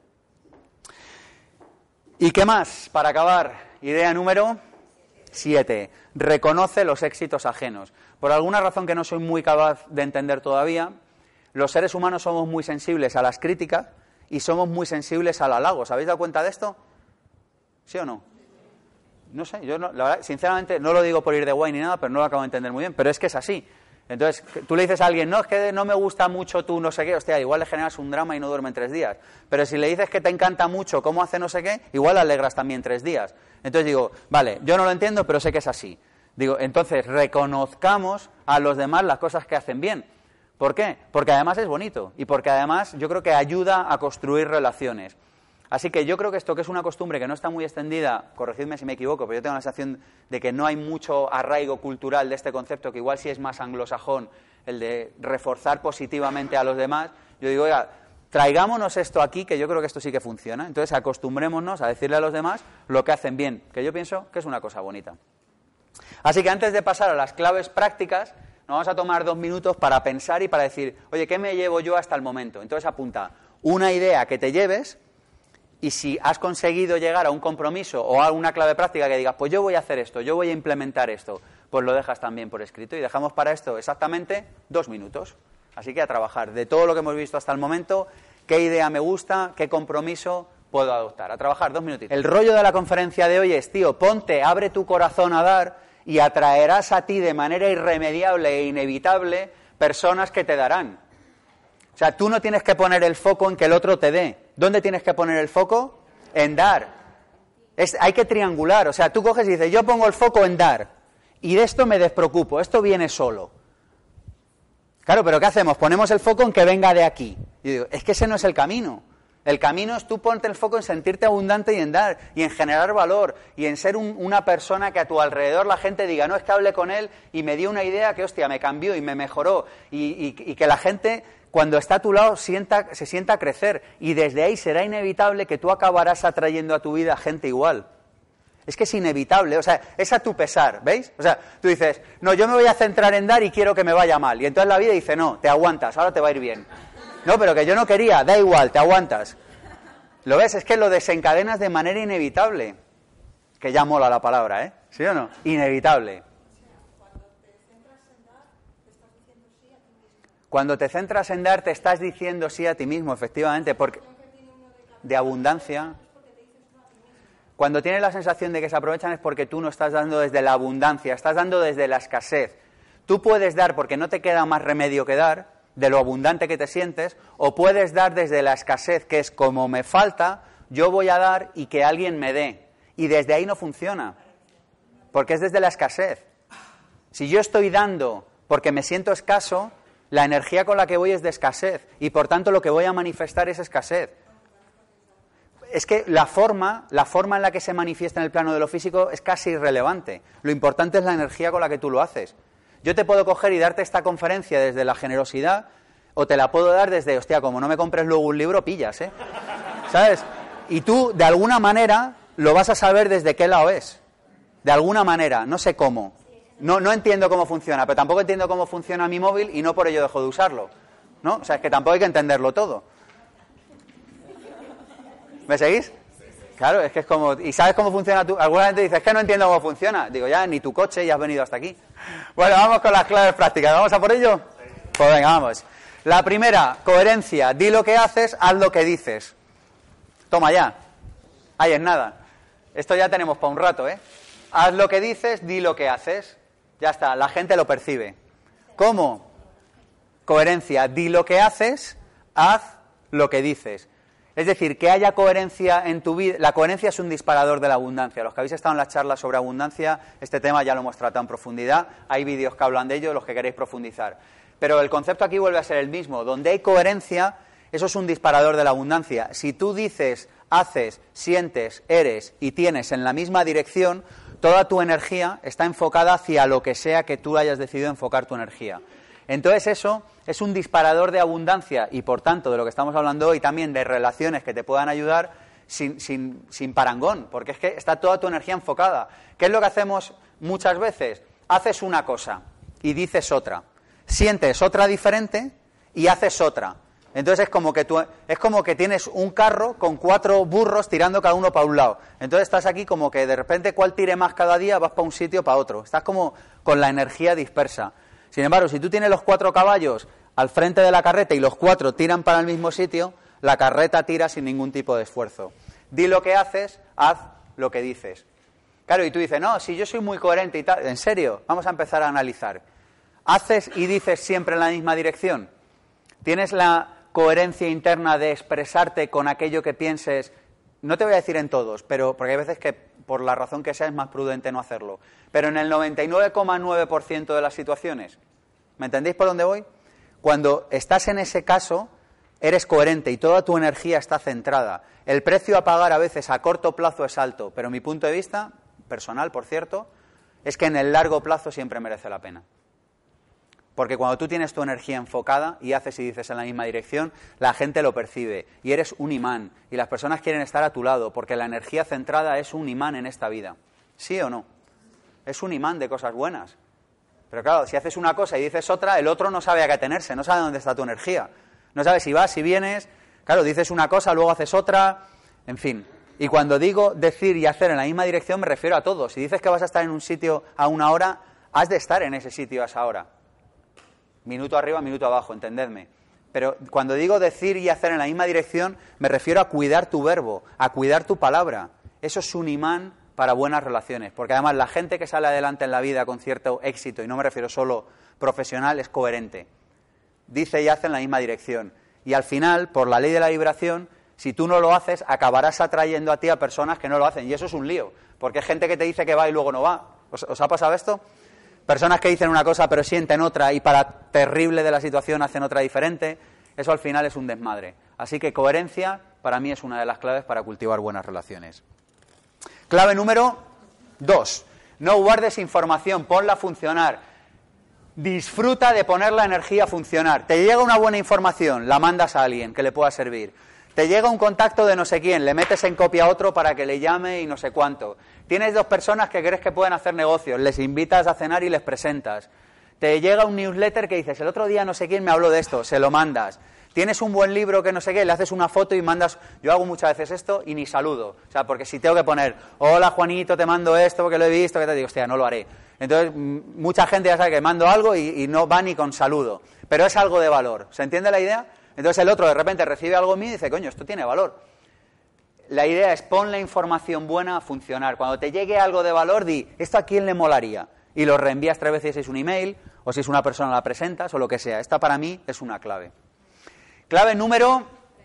¿Y qué más? Para acabar, idea número 7. Reconoce los éxitos ajenos. Por alguna razón que no soy muy capaz de entender todavía, los seres humanos somos muy sensibles a las críticas y somos muy sensibles al halago. ¿Os habéis dado cuenta de esto? ¿Sí o no? No sé, yo no, la verdad, sinceramente no lo digo por ir de guay ni nada, pero no lo acabo de entender muy bien, pero es que es así. Entonces, tú le dices a alguien, no, es que no me gusta mucho tú no sé qué, hostia, igual le generas un drama y no duerme en 3 días. Pero si le dices que te encanta mucho cómo hace no sé qué, igual le alegras también 3 días. Entonces digo, vale, yo no lo entiendo, pero sé que es así. Digo, entonces reconozcamos a los demás las cosas que hacen bien. ¿Por qué? Porque además es bonito y porque además yo creo que ayuda a construir relaciones. Así que yo creo que esto, que es una costumbre que no está muy extendida, corregidme si me equivoco, pero yo tengo la sensación de que no hay mucho arraigo cultural de este concepto, que igual sí es más anglosajón, el de reforzar positivamente a los demás. Yo digo, oiga, traigámonos esto aquí, que yo creo que esto sí que funciona. Entonces acostumbrémonos a decirle a los demás lo que hacen bien, que yo pienso que es una cosa bonita. Así que antes de pasar a las claves prácticas, nos vamos a tomar 2 minutos para pensar y para decir, oye, ¿qué me llevo yo hasta el momento? Entonces apunta una idea que te lleves. Y si has conseguido llegar a un compromiso o a una clave práctica que digas, pues yo voy a hacer esto, yo voy a implementar esto, pues lo dejas también por escrito y dejamos para esto exactamente 2 minutos. Así que a trabajar de todo lo que hemos visto hasta el momento, qué idea me gusta, qué compromiso puedo adoptar. A trabajar 2 minutitos. El rollo de la conferencia de hoy es, tío, ponte, abre tu corazón a dar y atraerás a ti de manera irremediable e inevitable personas que te darán. O sea, tú no tienes que poner el foco en que el otro te dé. ¿Dónde tienes que poner el foco? En dar. Hay que triangular. O sea, tú coges y dices, yo pongo el foco en dar. Y de esto me despreocupo. Esto viene solo. Claro, pero ¿qué hacemos? Ponemos el foco en que venga de aquí. Y digo, es que ese no es el camino. El camino es tú ponte el foco en sentirte abundante y en dar, y en generar valor, y en ser una persona que a tu alrededor la gente diga, no, es que hablé con él y me dio una idea que, hostia, me cambió y me mejoró. Y que la gente, cuando está a tu lado, se sienta a crecer. Y desde ahí será inevitable que tú acabarás atrayendo a tu vida gente igual. Es que es inevitable, o sea, es a tu pesar, ¿veis? O sea, tú dices, no, yo me voy a centrar en dar y quiero que me vaya mal. Y entonces la vida dice, no, te aguantas, ahora te va a ir bien. No, pero que yo no quería, da igual, te aguantas. ¿Lo ves? Es que lo desencadenas de manera inevitable. Que ya mola la palabra, ¿eh? ¿Sí o no? Inevitable. Cuando te centras en dar, te estás diciendo sí a ti mismo, efectivamente, porque de abundancia. Cuando tienes la sensación de que se aprovechan es porque tú no estás dando desde la abundancia, estás dando desde la escasez. Tú puedes dar porque no te queda más remedio que dar, de lo abundante que te sientes, o puedes dar desde la escasez, que es como me falta, yo voy a dar y que alguien me dé. Y desde ahí no funciona, porque es desde la escasez. Si yo estoy dando porque me siento escaso, la energía con la que voy es de escasez, y por tanto lo que voy a manifestar es escasez. Es que la forma en la que se manifiesta en el plano de lo físico es casi irrelevante. Lo importante es la energía con la que tú lo haces. Yo te puedo coger y darte esta conferencia desde la generosidad, o te la puedo dar desde, hostia, como no me compres luego un libro, pillas, ¿eh? ¿Sabes? Y tú, de alguna manera, lo vas a saber desde qué lado es. De alguna manera, no sé cómo. No entiendo cómo funciona, pero tampoco entiendo cómo funciona mi móvil y no por ello dejo de usarlo, ¿no? O sea, es que tampoco hay que entenderlo todo. ¿Me seguís? Claro, es que es como... ¿Y sabes cómo funciona tú? Alguna gente dice, es que no entiendo cómo funciona. Digo, ya, ni tu coche, ya has venido hasta aquí. Bueno, vamos con las claves prácticas. ¿Vamos a por ello? Pues venga, vamos. La primera, coherencia. Di lo que haces, haz lo que dices. Toma ya. Ahí es nada. Esto ya tenemos para un rato, ¿eh? Haz lo que dices, di lo que haces. Ya está, la gente lo percibe. ¿Cómo? Coherencia. Di lo que haces, haz lo que dices. Es decir, que haya coherencia en tu vida. La coherencia es un disparador de la abundancia. Los que habéis estado en las charlas sobre abundancia, este tema ya lo hemos tratado en profundidad. Hay vídeos que hablan de ello, los que queréis profundizar. Pero el concepto aquí vuelve a ser el mismo. Donde hay coherencia, eso es un disparador de la abundancia. Si tú dices, haces, sientes, eres y tienes en la misma dirección, toda tu energía está enfocada hacia lo que sea que tú hayas decidido enfocar tu energía. Entonces eso es un disparador de abundancia y, por tanto, de lo que estamos hablando hoy, también de relaciones que te puedan ayudar sin parangón, porque es que está toda tu energía enfocada. ¿Qué es lo que hacemos muchas veces? Haces una cosa y dices otra, sientes otra diferente y haces otra. Entonces es como que tienes un carro con 4 burros tirando cada uno para un lado. Entonces estás aquí como que de repente cuál tire más cada día, vas para un sitio para otro. Estás como con la energía dispersa. Sin embargo, si tú tienes los 4 caballos al frente de la carreta y los 4 tiran para el mismo sitio, la carreta tira sin ningún tipo de esfuerzo. Di lo que haces, haz lo que dices. Claro, y tú dices, no, si yo soy muy coherente y tal, ¿en serio? Vamos a empezar a analizar. ¿Haces y dices siempre en la misma dirección? ¿Tienes la coherencia interna de expresarte con aquello que pienses? No te voy a decir en todos, pero porque hay veces que por la razón que sea es más prudente no hacerlo. Pero en el 99,9% de las situaciones, ¿me entendéis por dónde voy? Cuando estás en ese caso, eres coherente y toda tu energía está centrada. El precio a pagar a veces a corto plazo es alto, pero mi punto de vista, personal por cierto, es que en el largo plazo siempre merece la pena. Porque cuando tú tienes tu energía enfocada y haces y dices en la misma dirección, la gente lo percibe y eres un imán y las personas quieren estar a tu lado porque la energía centrada es un imán en esta vida. ¿Sí o no? Es un imán de cosas buenas. Pero claro, si haces una cosa y dices otra, el otro no sabe a qué atenerse, no sabe dónde está tu energía. No sabe si vas, si vienes. Claro, dices una cosa, luego haces otra, en fin. Y cuando digo decir y hacer en la misma dirección me refiero a todo. Si dices que vas a estar en un sitio a una hora, has de estar en ese sitio a esa hora. Minuto arriba, minuto abajo, entendedme. Pero cuando digo decir y hacer en la misma dirección, me refiero a cuidar tu verbo, a cuidar tu palabra. Eso es un imán para buenas relaciones. Porque además la gente que sale adelante en la vida con cierto éxito, y no me refiero solo profesional, es coherente. Dice y hace en la misma dirección. Y al final, por la ley de la vibración, si tú no lo haces, acabarás atrayendo a ti a personas que no lo hacen. Y eso es un lío, porque hay gente que te dice que va y luego no va. ¿Os ha pasado esto? Personas que dicen una cosa pero sienten otra y para terrible de la situación hacen otra diferente. Eso al final es un desmadre. Así que coherencia para mí es una de las claves para cultivar buenas relaciones. Clave número 2. No guardes información, ponla a funcionar. Disfruta de poner la energía a funcionar. Te llega una buena información, la mandas a alguien que le pueda servir. Te llega un contacto de no sé quién, le metes en copia a otro para que le llame y no sé cuánto. Tienes 2 personas que crees que pueden hacer negocios, les invitas a cenar y les presentas. Te llega un newsletter que dices, el otro día no sé quién me habló de esto, se lo mandas. Tienes un buen libro que no sé qué, le haces una foto y mandas... Yo hago muchas veces esto y ni saludo. O sea, porque si tengo que poner, hola Juanito, te mando esto porque lo he visto, que te digo, hostia, no lo haré. Entonces, mucha gente ya sabe que mando algo y no va ni con saludo. Pero es algo de valor. ¿Se entiende la idea? Entonces el otro de repente recibe algo mío y dice, coño, esto tiene valor. La idea es pon la información buena a funcionar. Cuando te llegue algo de valor, di, ¿esto a quién le molaría? Y lo reenvías 3 veces si es un email, o si es una persona la presentas, o lo que sea. Esta para mí es una clave. Clave número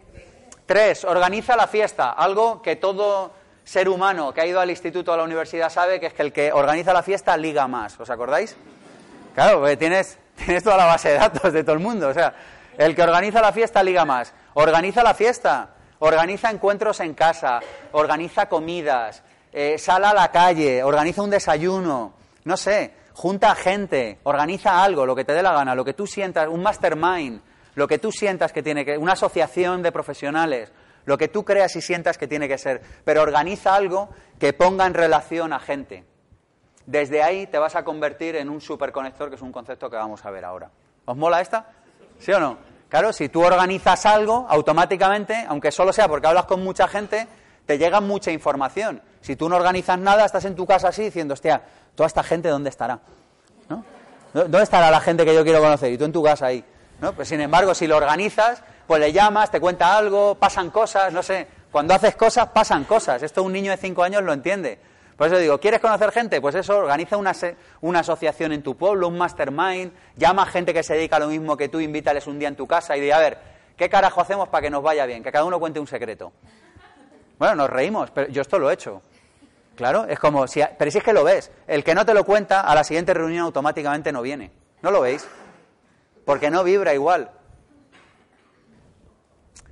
3, organiza la fiesta. Algo que todo ser humano que ha ido al instituto o a la universidad sabe, que es que el que organiza la fiesta liga más. ¿Os acordáis? Claro, porque tienes toda la base de datos de todo el mundo. O sea, el que organiza la fiesta liga más. Organiza la fiesta. Organiza encuentros en casa, organiza comidas, sal a la calle, organiza un desayuno, no sé, junta a gente, organiza algo, lo que te dé la gana, lo que tú sientas, un mastermind, lo que tú sientas que tiene que, una asociación de profesionales, lo que tú creas y sientas que tiene que ser, pero organiza algo que ponga en relación a gente. Desde ahí te vas a convertir en un superconector, que es un concepto que vamos a ver ahora. ¿Os mola esta? ¿Sí o no? Claro, si tú organizas algo, automáticamente, aunque solo sea porque hablas con mucha gente, te llega mucha información. Si tú no organizas nada, estás en tu casa así diciendo, hostia, toda esta gente, ¿dónde estará? ¿No? ¿Dónde estará la gente que yo quiero conocer? Y tú en tu casa ahí, ¿no? Pues sin embargo, si lo organizas, pues le llamas, te cuenta algo, pasan cosas, no sé. Cuando haces cosas, pasan cosas. Esto un niño de 5 años lo entiende. Por eso digo, ¿quieres conocer gente? Pues eso, organiza una asociación en tu pueblo, un mastermind, llama a gente que se dedica a lo mismo que tú, invítales un día en tu casa y di, a ver, ¿qué carajo hacemos para que nos vaya bien? Que cada uno cuente un secreto. Bueno, nos reímos, pero yo esto lo he hecho. Claro, es como, pero si es que lo ves, el que no te lo cuenta, a la siguiente reunión automáticamente no viene. ¿No lo veis? Porque no vibra igual.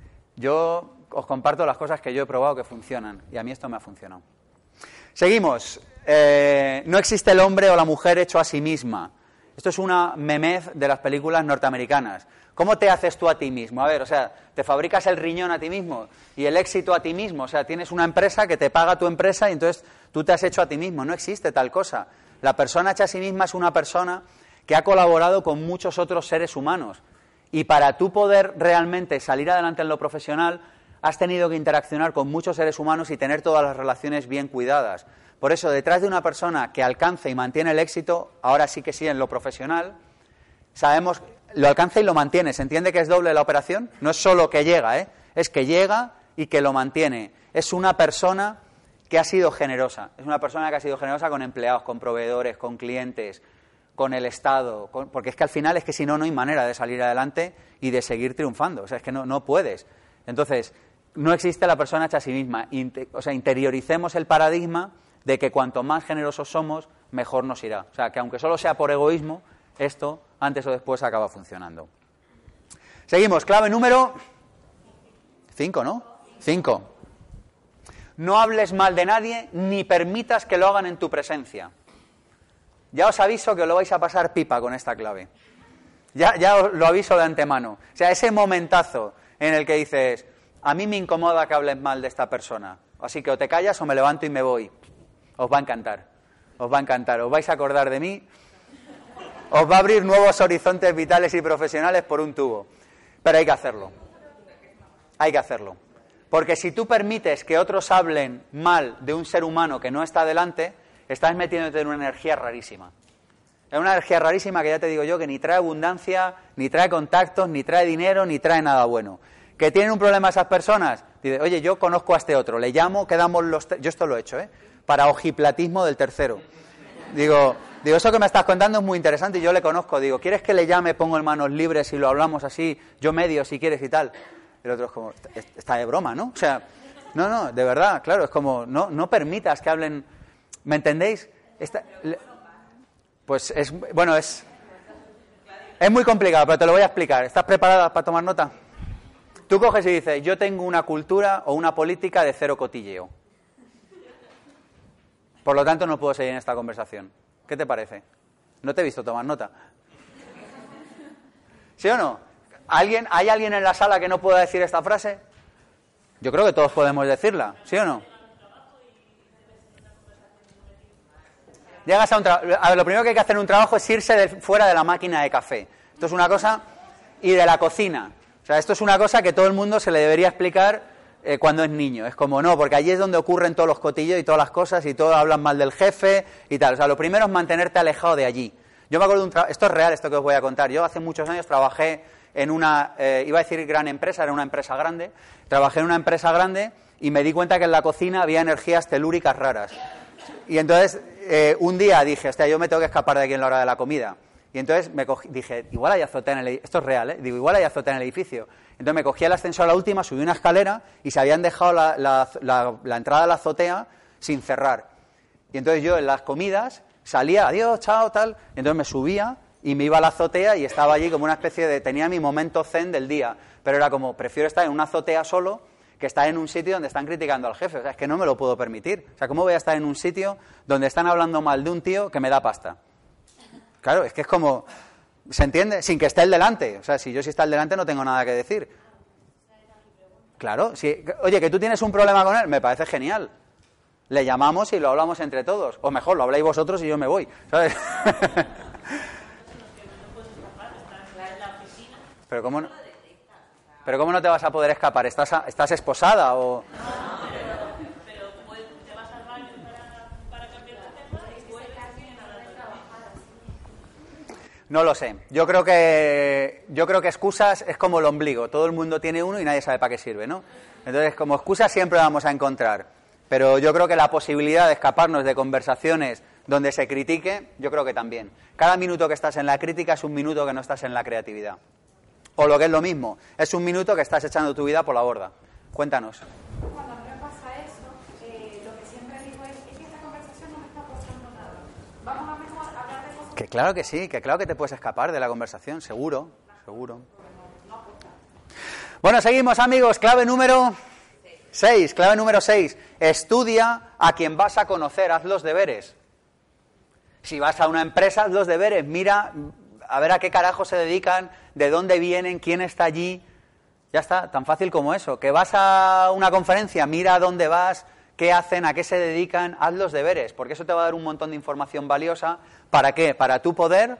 Yo os comparto las cosas que yo he probado que funcionan, y a mí esto me ha funcionado. Seguimos. No existe el hombre o la mujer hecho a sí misma. Esto es una memez de las películas norteamericanas. ¿Cómo te haces tú a ti mismo? A ver, o sea, te fabricas el riñón a ti mismo y el éxito a ti mismo. O sea, tienes una empresa que te paga tu empresa y entonces tú te has hecho a ti mismo. No existe tal cosa. La persona hecha a sí misma es una persona que ha colaborado con muchos otros seres humanos. Y para tú poder realmente salir adelante en lo profesional, has tenido que interaccionar con muchos seres humanos y tener todas las relaciones bien cuidadas. Por eso, detrás de una persona que alcance y mantiene el éxito, ahora sí que sí en lo profesional, sabemos, lo alcanza y lo mantiene. ¿Se entiende que es doble la operación? No es solo que llega, es que llega y que lo mantiene. Es una persona que ha sido generosa. Es una persona que ha sido generosa con empleados, con proveedores, con clientes, con el Estado. Porque es que al final es que si no, no hay manera de salir adelante y de seguir triunfando. O sea, es que no puedes. Entonces, no existe la persona hecha a sí misma. O sea, interioricemos el paradigma de que cuanto más generosos somos, mejor nos irá. O sea, que aunque solo sea por egoísmo, esto antes o después acaba funcionando. Seguimos, clave número 5, ¿no? 5. No hables mal de nadie ni permitas que lo hagan en tu presencia. Ya os aviso que os lo vais a pasar pipa con esta clave. Ya os lo aviso de antemano. O sea, ese momentazo en el que dices, a mí me incomoda que hables mal de esta persona, así que o te callas o me levanto y me voy. Os va a encantar, os vais a acordar de mí, os va a abrir nuevos horizontes vitales y profesionales por un tubo. Pero hay que hacerlo. Porque si tú permites que otros hablen mal de un ser humano que no está delante, estás metiéndote en una energía rarísima. Es una energía rarísima que ya te digo yo que ni trae abundancia, ni trae contactos, ni trae dinero, ni trae nada bueno. ¿Que tienen un problema esas personas? Dice, oye, yo conozco a este otro, le llamo, quedamos los tres. Yo esto lo he hecho, para ojiplatismo del tercero. Digo, eso que me estás contando es muy interesante y yo le conozco. Digo, ¿quieres que le llame, pongo en manos libres y lo hablamos así, yo medio si quieres y tal? El otro es como, está de broma, ¿no? O sea, no, de verdad, claro, es como, no permitas que hablen, ¿me entendéis? Pues es muy complicado, pero te lo voy a explicar. ¿Estás preparada para tomar nota? Tú coges y dices, yo tengo una cultura o una política de cero cotilleo. Por lo tanto, no puedo seguir en esta conversación. ¿Qué te parece? No te he visto tomar nota. ¿Sí o no? ¿Hay alguien en la sala que no pueda decir esta frase? Yo creo que todos podemos decirla. ¿Sí o no? Llegas a un trabajo. A ver, lo primero que hay que hacer en un trabajo es irse fuera de la máquina de café. Esto es una cosa. Y de la cocina. O sea, esto es una cosa que todo el mundo se le debería explicar cuando es niño. Es como, no, porque allí es donde ocurren todos los cotillos y todas las cosas y todos hablan mal del jefe y tal. O sea, lo primero es mantenerte alejado de allí. Yo me acuerdo de esto es real, esto que os voy a contar. Yo hace muchos años trabajé en una, iba a decir gran empresa, era una empresa grande. Trabajé en una empresa grande y me di cuenta que en la cocina había energías telúricas raras. Y entonces, un día dije, hostia, yo me tengo que escapar de aquí en la hora de la comida. Y entonces dije, igual hay azotea en el edificio. Esto es real, Digo, igual hay azotea en el edificio. Entonces me cogí el ascensor a la última, subí una escalera y se habían dejado la entrada a la azotea sin cerrar. Y entonces yo en las comidas salía, adiós, chao, tal. Entonces me subía y me iba a la azotea y estaba allí como una especie de... Tenía mi momento zen del día. Pero era como, prefiero estar en una azotea solo que estar en un sitio donde están criticando al jefe. O sea, es que no me lo puedo permitir. O sea, ¿cómo voy a estar en un sitio donde están hablando mal de un tío que me da pasta? Claro, es que es como... ¿Se entiende? Sin que esté el delante. O sea, si está el delante no tengo nada que decir. Claro, si, oye, que tú tienes un problema con él, me parece genial. Le llamamos y lo hablamos entre todos. O mejor, lo habláis vosotros y yo me voy. ¿Sabes? Pero ¿cómo no te vas a poder escapar? ¿Estás esposada o...? No lo sé. Yo creo que excusas es como el ombligo. Todo el mundo tiene uno y nadie sabe para qué sirve, ¿no? Entonces, como excusas siempre vamos a encontrar. Pero yo creo que la posibilidad de escaparnos de conversaciones donde se critique, yo creo que también. Cada minuto que estás en la crítica es un minuto que no estás en la creatividad. O lo que es lo mismo, es un minuto que estás echando tu vida por la borda. Cuéntanos. Cuando a mí me pasa eso, lo que siempre digo es que esta conversación no me está aportando nada. Vamos a mejor hablar de cosas... Que claro que sí, que claro que te puedes escapar de la conversación, seguro. Bueno, seguimos, amigos. Clave número 6. Clave número 6. Estudia a quien vas a conocer. Haz los deberes. Si vas a una empresa, haz los deberes. Mira a ver a qué carajo se dedican, de dónde vienen, quién está allí. Ya está, tan fácil como eso. Que vas a una conferencia, mira a dónde vas, qué hacen, a qué se dedican, haz los deberes, porque eso te va a dar un montón de información valiosa. ¿Para qué? Para tu poder,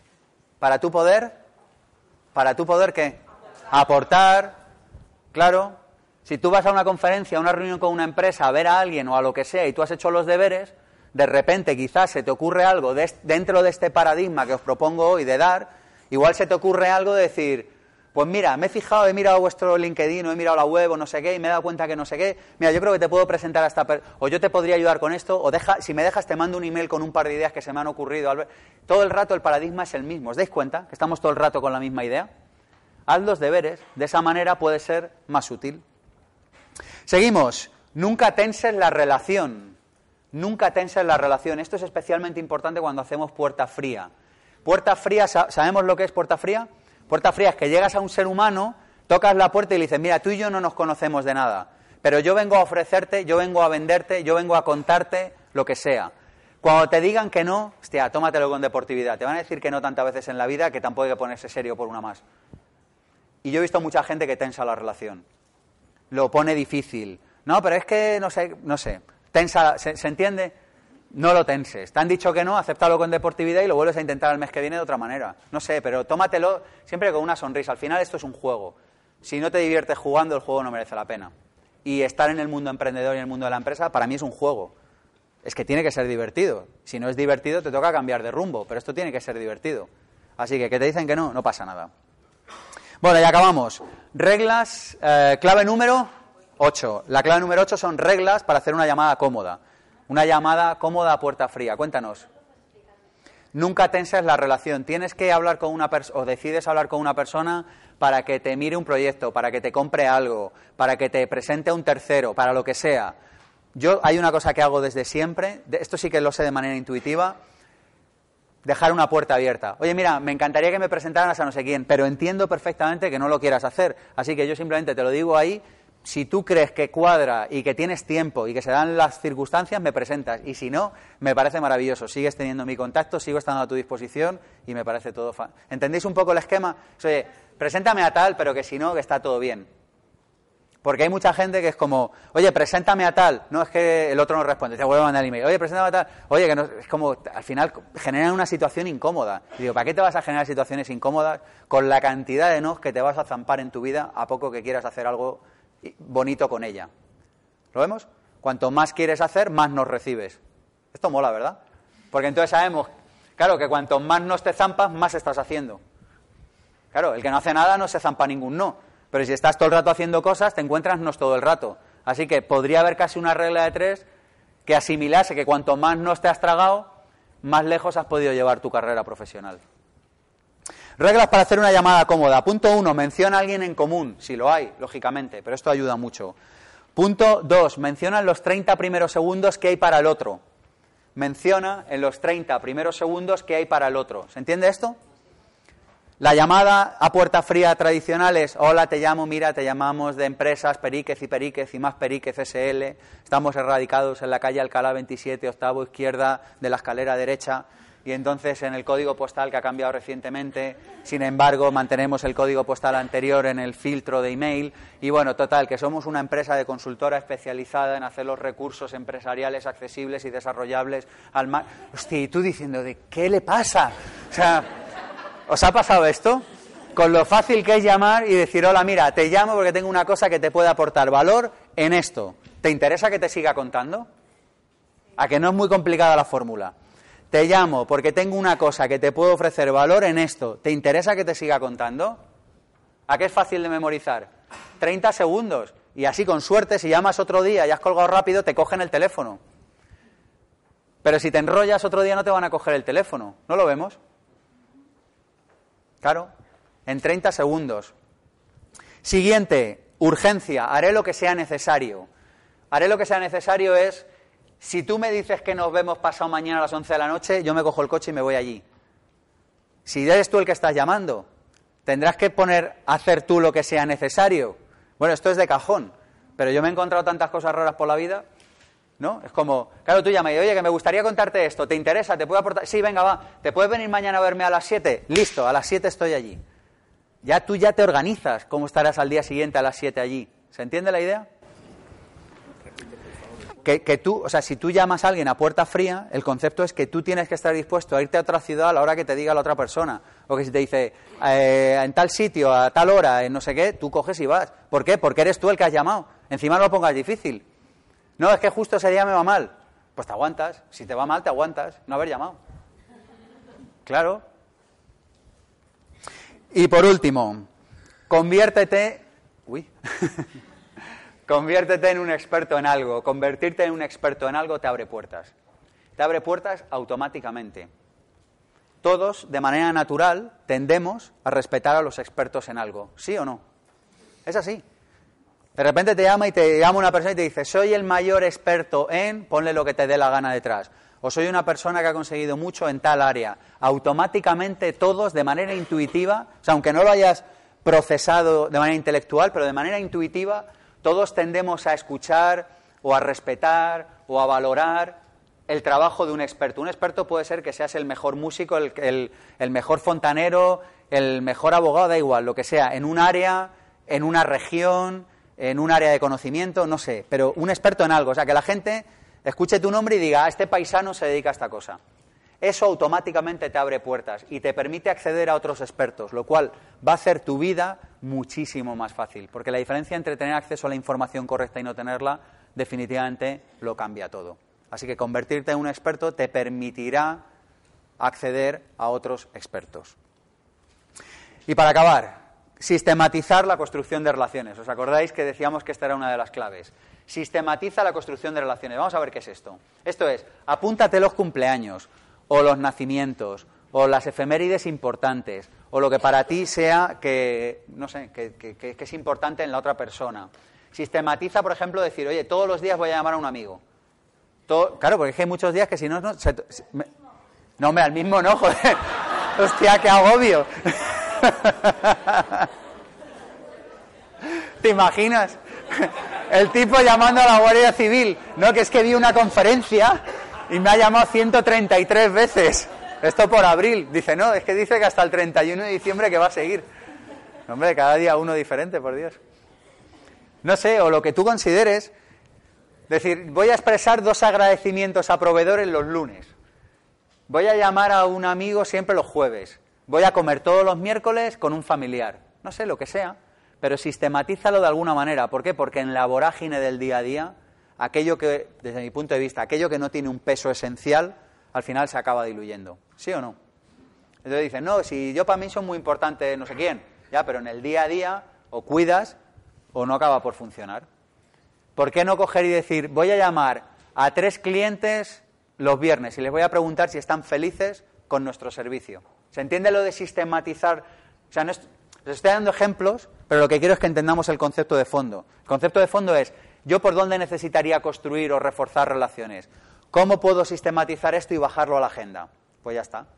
¿qué? Aportar, claro. Si tú vas a una conferencia, a una reunión con una empresa, a ver a alguien o a lo que sea, y tú has hecho los deberes, de repente quizás se te ocurre algo dentro de este paradigma que os propongo hoy de dar, igual se te ocurre algo de decir, pues mira, me he fijado, he mirado vuestro LinkedIn, o he mirado la web, o no sé qué, y me he dado cuenta que no sé qué. Mira, yo creo que te puedo presentar a esta persona, o yo te podría ayudar con esto, o si me dejas te mando un email con un par de ideas que se me han ocurrido. Todo el rato el paradigma es el mismo. ¿Os dais cuenta que estamos todo el rato con la misma idea? Haz los deberes, de esa manera puede ser más útil. Seguimos. Nunca tenses la relación. Nunca tenses la relación. Esto es especialmente importante cuando hacemos puerta fría. Puerta fría, ¿sabemos lo que es puerta fría? Puerta fría es que llegas a un ser humano, tocas la puerta y le dices, mira, tú y yo no nos conocemos de nada, pero yo vengo a ofrecerte, yo vengo a venderte, yo vengo a contarte lo que sea. Cuando te digan que no, hostia, tómatelo con deportividad. Te van a decir que no tantas veces en la vida que tampoco hay que ponerse serio por una más. Y yo he visto mucha gente que tensa la relación. Lo pone difícil. No, pero es que, no sé. Tensa, ¿se entiende? No lo tenses. Te han dicho que no, acéptalo con deportividad y lo vuelves a intentar el mes que viene de otra manera. No sé, pero tómatelo siempre con una sonrisa. Al final esto es un juego. Si no te diviertes jugando, el juego no merece la pena. Y estar en el mundo emprendedor y en el mundo de la empresa, para mí es un juego. Es que tiene que ser divertido. Si no es divertido, te toca cambiar de rumbo, pero esto tiene que ser divertido. Así que te dicen que no, no pasa nada. Bueno, ya acabamos. Reglas, clave número 8. La clave número 8 son reglas para hacer una llamada cómoda. Una llamada cómoda a puerta fría. Cuéntanos. Nunca tenses la relación. Tienes que hablar con una persona, o decides hablar con una persona para que te mire un proyecto, para que te compre algo, para que te presente a un tercero, para lo que sea. Hay una cosa que hago desde siempre, esto sí que lo sé de manera intuitiva, dejar una puerta abierta. Oye, mira, me encantaría que me presentaran a no sé quién, pero entiendo perfectamente que no lo quieras hacer. Así que yo simplemente te lo digo ahí. Si tú crees que cuadra y que tienes tiempo y que se dan las circunstancias, me presentas. Y si no, me parece maravilloso. Sigues teniendo mi contacto, sigo estando a tu disposición y me parece todo ¿Entendéis un poco el esquema? Oye, preséntame a tal, pero que si no, que está todo bien. Porque hay mucha gente que es como, oye, preséntame a tal. No, es que el otro no responde, te vuelve a mandar el email. Oye, preséntame a tal. Oye, que no, es como, al final generan una situación incómoda. Y digo, ¿para qué te vas a generar situaciones incómodas con la cantidad de nos que te vas a zampar en tu vida a poco que quieras hacer algo bonito con ella? ¿Lo vemos? Cuanto más quieres hacer, más nos recibes. Esto mola, ¿verdad? Porque entonces sabemos, claro, que cuanto más nos te zampas, más estás haciendo. Claro, el que no hace nada no se zampa ningún no. Pero si estás todo el rato haciendo cosas, te encuentras nos todo el rato. Así que podría haber casi una regla de 3 que asimilase que cuanto más nos te has tragado, más lejos has podido llevar tu carrera profesional. Reglas para hacer una llamada cómoda. Punto 1, menciona a alguien en común, si lo hay, lógicamente, pero esto ayuda mucho. Punto 2, menciona en los 30 primeros segundos qué hay para el otro. Menciona en los 30 primeros segundos qué hay para el otro. ¿Se entiende esto? La llamada a puerta fría tradicional es, hola, te llamo, mira, te llamamos de empresas Períquez y más Períquez SL, estamos erradicados en la calle Alcalá 27, octavo izquierda de la escalera derecha, y entonces en el código postal que ha cambiado recientemente, sin embargo, mantenemos el código postal anterior en el filtro de email, y bueno, total, que somos una empresa de consultora especializada en hacer los recursos empresariales accesibles y desarrollables al mar. Hostia, y tú diciendo, ¿de qué le pasa? O sea, ¿os ha pasado esto? Con lo fácil que es llamar y decir, hola, mira, te llamo porque tengo una cosa que te puede aportar valor en esto. ¿Te interesa que te siga contando? ¿A que no es muy complicada la fórmula? Te llamo porque tengo una cosa que te puede ofrecer valor en esto. ¿Te interesa que te siga contando? ¿A qué es fácil de memorizar? 30 segundos. Y así, con suerte, si llamas otro día y has colgado rápido, te cogen el teléfono. Pero si te enrollas otro día no te van a coger el teléfono. ¿No lo vemos? Claro, en 30 segundos. Siguiente, urgencia, haré lo que sea necesario. Haré lo que sea necesario es, si tú me dices que nos vemos pasado mañana a las 11 de la noche, yo me cojo el coche y me voy allí. Si eres tú el que estás llamando, ¿Tendrás que hacer tú lo que sea necesario? Bueno, esto es de cajón, pero yo me he encontrado tantas cosas raras por la vida, ¿no? Es como, claro, tú llamas y oye, que me gustaría contarte esto, ¿te interesa? ¿Te puedo aportar? Sí, venga, va, ¿te puedes venir mañana a verme a las 7? Listo, a las 7 estoy allí. Tú ya te organizas cómo estarás al día siguiente a las 7 allí. ¿Se entiende la idea? Que tú, o sea, si tú llamas a alguien a puerta fría, el concepto es que tú tienes que estar dispuesto a irte a otra ciudad a la hora que te diga la otra persona. O que si te dice, en tal sitio, a tal hora, en no sé qué, tú coges y vas. ¿Por qué? Porque eres tú el que has llamado. Encima no lo pongas difícil. No, es que justo ese día me va mal. Pues te aguantas. Si te va mal, te aguantas. No haber llamado. Claro. Y por último, conviértete en un experto en algo. Convertirte en un experto en algo te abre puertas. Te abre puertas automáticamente. Todos, de manera natural, tendemos a respetar a los expertos en algo. ¿Sí o no? Es así. De repente te llama una persona y te dice, soy el mayor experto en, ponle lo que te dé la gana detrás. O soy una persona que ha conseguido mucho en tal área. Automáticamente todos, de manera intuitiva, o sea, aunque no lo hayas procesado de manera intelectual, pero de manera intuitiva, todos tendemos a escuchar o a respetar o a valorar el trabajo de un experto. Un experto puede ser que seas el mejor músico, el mejor fontanero, el mejor abogado, da igual, lo que sea, en un área, en una región, en un área de conocimiento, no sé, pero un experto en algo. O sea, que la gente escuche tu nombre y diga, este paisano se dedica a esta cosa. Eso automáticamente te abre puertas y te permite acceder a otros expertos, lo cual va a hacer tu vida muchísimo más fácil, porque la diferencia entre tener acceso a la información correcta y no tenerla, definitivamente lo cambia todo. Así que convertirte en un experto te permitirá acceder a otros expertos. Y para acabar, sistematizar la construcción de relaciones. ¿Os acordáis que decíamos que esta era una de las claves? Sistematiza la construcción de relaciones. Vamos a ver qué es esto. Esto es, apúntate los cumpleaños, o los nacimientos, o las efemérides importantes, o lo que para ti sea que, no sé, que es importante en la otra persona. Sistematiza, por ejemplo, decir, oye, todos los días voy a llamar a un amigo. Claro, porque es que hay muchos días que si no... No, hombre, al mismo no, joder. Hostia, qué agobio. ¿Te imaginas? El tipo llamando a la Guardia Civil. No, que es que vi una conferencia y me ha llamado 133 veces. Esto por abril. Dice, no, es que dice que hasta el 31 de diciembre que va a seguir. Hombre, cada día uno diferente, por Dios. No sé, o lo que tú consideres. Decir, voy a expresar 2 agradecimientos a proveedores los lunes. Voy a llamar a un amigo siempre los jueves. Voy a comer todos los miércoles con un familiar. No sé, lo que sea. Pero sistematízalo de alguna manera. ¿Por qué? Porque en la vorágine del día a día, aquello que, desde mi punto de vista, aquello que no tiene un peso esencial, al final se acaba diluyendo. ¿Sí o no? Entonces dicen, no, si yo para mí son muy importantes no sé quién. Ya, pero en el día a día o cuidas o no acaba por funcionar. ¿Por qué no coger y decir, voy a llamar a 3 clientes los viernes y les voy a preguntar si están felices con nuestro servicio? ¿Se entiende lo de sistematizar? O sea, les estoy dando ejemplos, pero lo que quiero es que entendamos el concepto de fondo. El concepto de fondo es, ¿yo por dónde necesitaría construir o reforzar relaciones? ¿Cómo puedo sistematizar esto y bajarlo a la agenda? Pues ya está.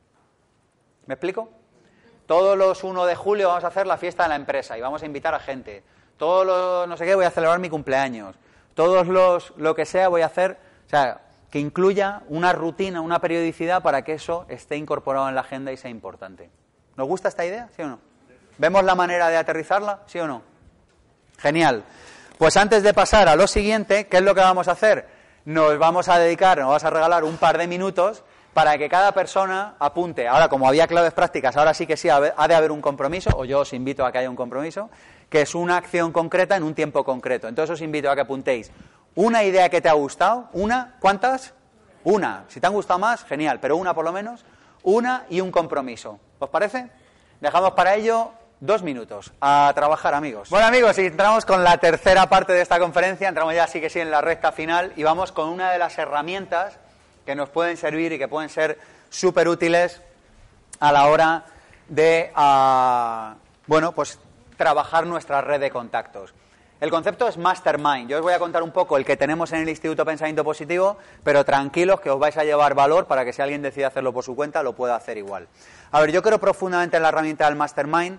¿Me explico? Todos los 1 de julio vamos a hacer la fiesta de la empresa y vamos a invitar a gente. Todos los, no sé qué, voy a celebrar mi cumpleaños. Todos los, lo que sea, voy a hacer, o sea, que incluya una rutina, una periodicidad para que eso esté incorporado en la agenda y sea importante. ¿Nos gusta esta idea? ¿Sí o no? ¿Vemos la manera de aterrizarla? ¿Sí o no? Genial. Pues antes de pasar a lo siguiente, ¿qué es lo que vamos a hacer? Nos vamos a regalar un par de minutos para que cada persona apunte. Ahora, como había claves prácticas, ahora sí que sí ha de haber un compromiso, o yo os invito a que haya un compromiso, que es una acción concreta en un tiempo concreto. Entonces os invito a que apuntéis una idea que te ha gustado, una, ¿cuántas? Una. Si te han gustado más, genial, pero una por lo menos, una y un compromiso. ¿Os parece? Dejamos para ello 2 minutos. A trabajar, amigos. Bueno, amigos, y entramos con la tercera parte de esta conferencia, entramos ya sí que sí en la recta final y vamos con una de las herramientas que nos pueden servir y que pueden ser súper útiles a la hora de, bueno, pues trabajar nuestra red de contactos. El concepto es Mastermind. Yo os voy a contar un poco el que tenemos en el Instituto Pensamiento Positivo, pero tranquilos que os vais a llevar valor para que si alguien decide hacerlo por su cuenta, lo pueda hacer igual. A ver, yo creo profundamente en la herramienta del Mastermind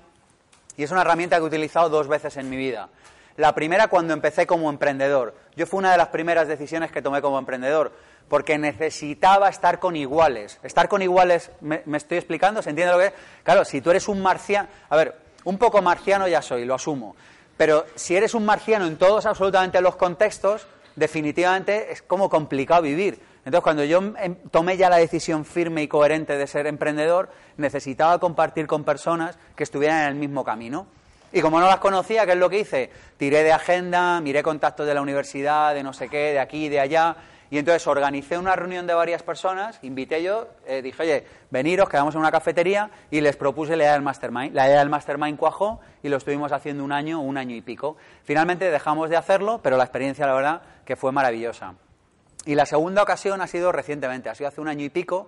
y es una herramienta que he utilizado 2 veces en mi vida. La primera cuando empecé como emprendedor. Yo fue una de las primeras decisiones que tomé como emprendedor, porque necesitaba estar con iguales. Estar con iguales, ¿me estoy explicando? ¿Se entiende lo que es? Claro, si tú eres un marciano... A ver, un poco marciano ya soy, lo asumo. Pero si eres un marciano en todos absolutamente los contextos, definitivamente es como complicado vivir. Entonces, cuando yo tomé ya la decisión firme y coherente de ser emprendedor, necesitaba compartir con personas que estuvieran en el mismo camino. Y como no las conocía, ¿qué es lo que hice? Tiré de agenda, miré contactos de la universidad, de no sé qué, de aquí, de allá, y entonces organicé una reunión de varias personas, invité yo, dije, oye, veniros, quedamos en una cafetería, y les propuse la idea del Mastermind. La idea del Mastermind cuajó y lo estuvimos haciendo un año y pico. Finalmente dejamos de hacerlo, pero la experiencia, la verdad, que fue maravillosa. Y la segunda ocasión ha sido recientemente, ha sido hace un año y pico,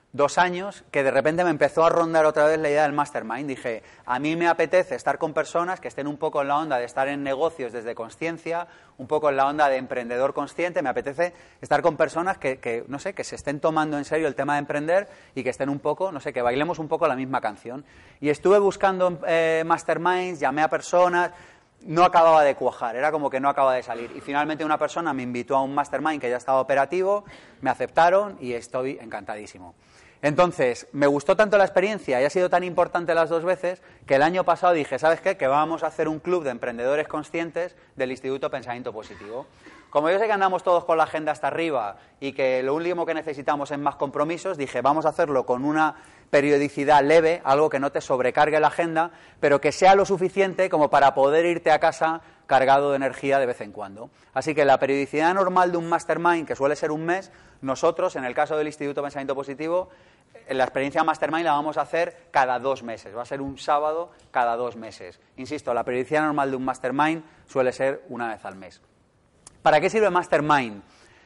2 años, que de repente me empezó a rondar otra vez la idea del Mastermind. Dije, a mí me apetece estar con personas que estén un poco en la onda de estar en negocios desde consciencia, un poco en la onda de emprendedor consciente. Me apetece estar con personas que no sé, que se estén tomando en serio el tema de emprender y que estén un poco, no sé, que bailemos un poco la misma canción. Y estuve buscando Masterminds, llamé a personas, no acababa de cuajar, era como que no acababa de salir. Y finalmente una persona me invitó a un Mastermind que ya estaba operativo, me aceptaron y estoy encantadísimo. Entonces, me gustó tanto la experiencia y ha sido tan importante las 2 veces que el año pasado dije, ¿sabes qué? Que vamos a hacer un club de emprendedores conscientes del Instituto Pensamiento Positivo. Como yo sé que andamos todos con la agenda hasta arriba y que lo último que necesitamos es más compromisos, dije, vamos a hacerlo con una periodicidad leve, algo que no te sobrecargue la agenda, pero que sea lo suficiente como para poder irte a casa cargado de energía de vez en cuando. Así que la periodicidad normal de un Mastermind, que suele ser un mes, nosotros, en el caso del Instituto Pensamiento Positivo, la experiencia Mastermind la vamos a hacer cada 2 meses. Va a ser un sábado cada 2 meses. Insisto, la periodicidad normal de un Mastermind suele ser una vez al mes. ¿Para qué sirve Mastermind?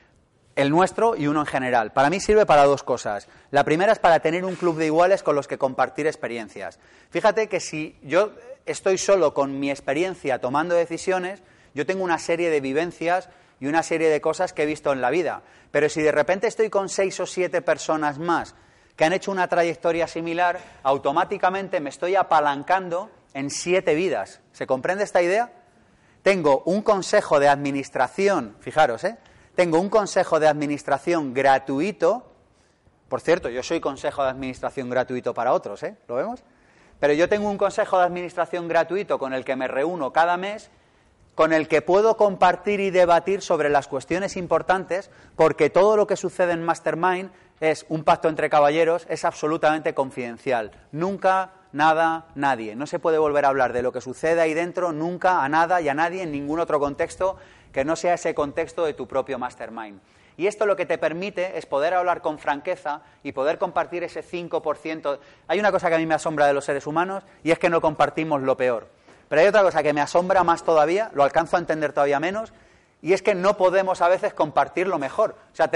El nuestro y uno en general. Para mí sirve para 2 cosas. La primera es para tener un club de iguales con los que compartir experiencias. Fíjate que si yo estoy solo con mi experiencia tomando decisiones, yo tengo una serie de vivencias y una serie de cosas que he visto en la vida. Pero si de repente estoy con 6 o 7 personas más que han hecho una trayectoria similar, automáticamente me estoy apalancando en 7 vidas. ¿Se comprende esta idea? Tengo un consejo de administración, fijaros, tengo un consejo de administración gratuito. Por cierto, yo soy consejo de administración gratuito para otros, ¿lo vemos? Pero yo tengo un consejo de administración gratuito con el que me reúno cada mes, con el que puedo compartir y debatir sobre las cuestiones importantes, porque todo lo que sucede en Mastermind es un pacto entre caballeros, es absolutamente confidencial. Nunca, nada, nadie. No se puede volver a hablar de lo que sucede ahí dentro nunca a nada y a nadie en ningún otro contexto que no sea ese contexto de tu propio Mastermind. Y esto lo que te permite es poder hablar con franqueza y poder compartir ese 5%. Hay una cosa que a mí me asombra de los seres humanos y es que no compartimos lo peor. Pero hay otra cosa que me asombra más todavía, lo alcanzo a entender todavía menos, y es que no podemos a veces compartir lo mejor. O sea,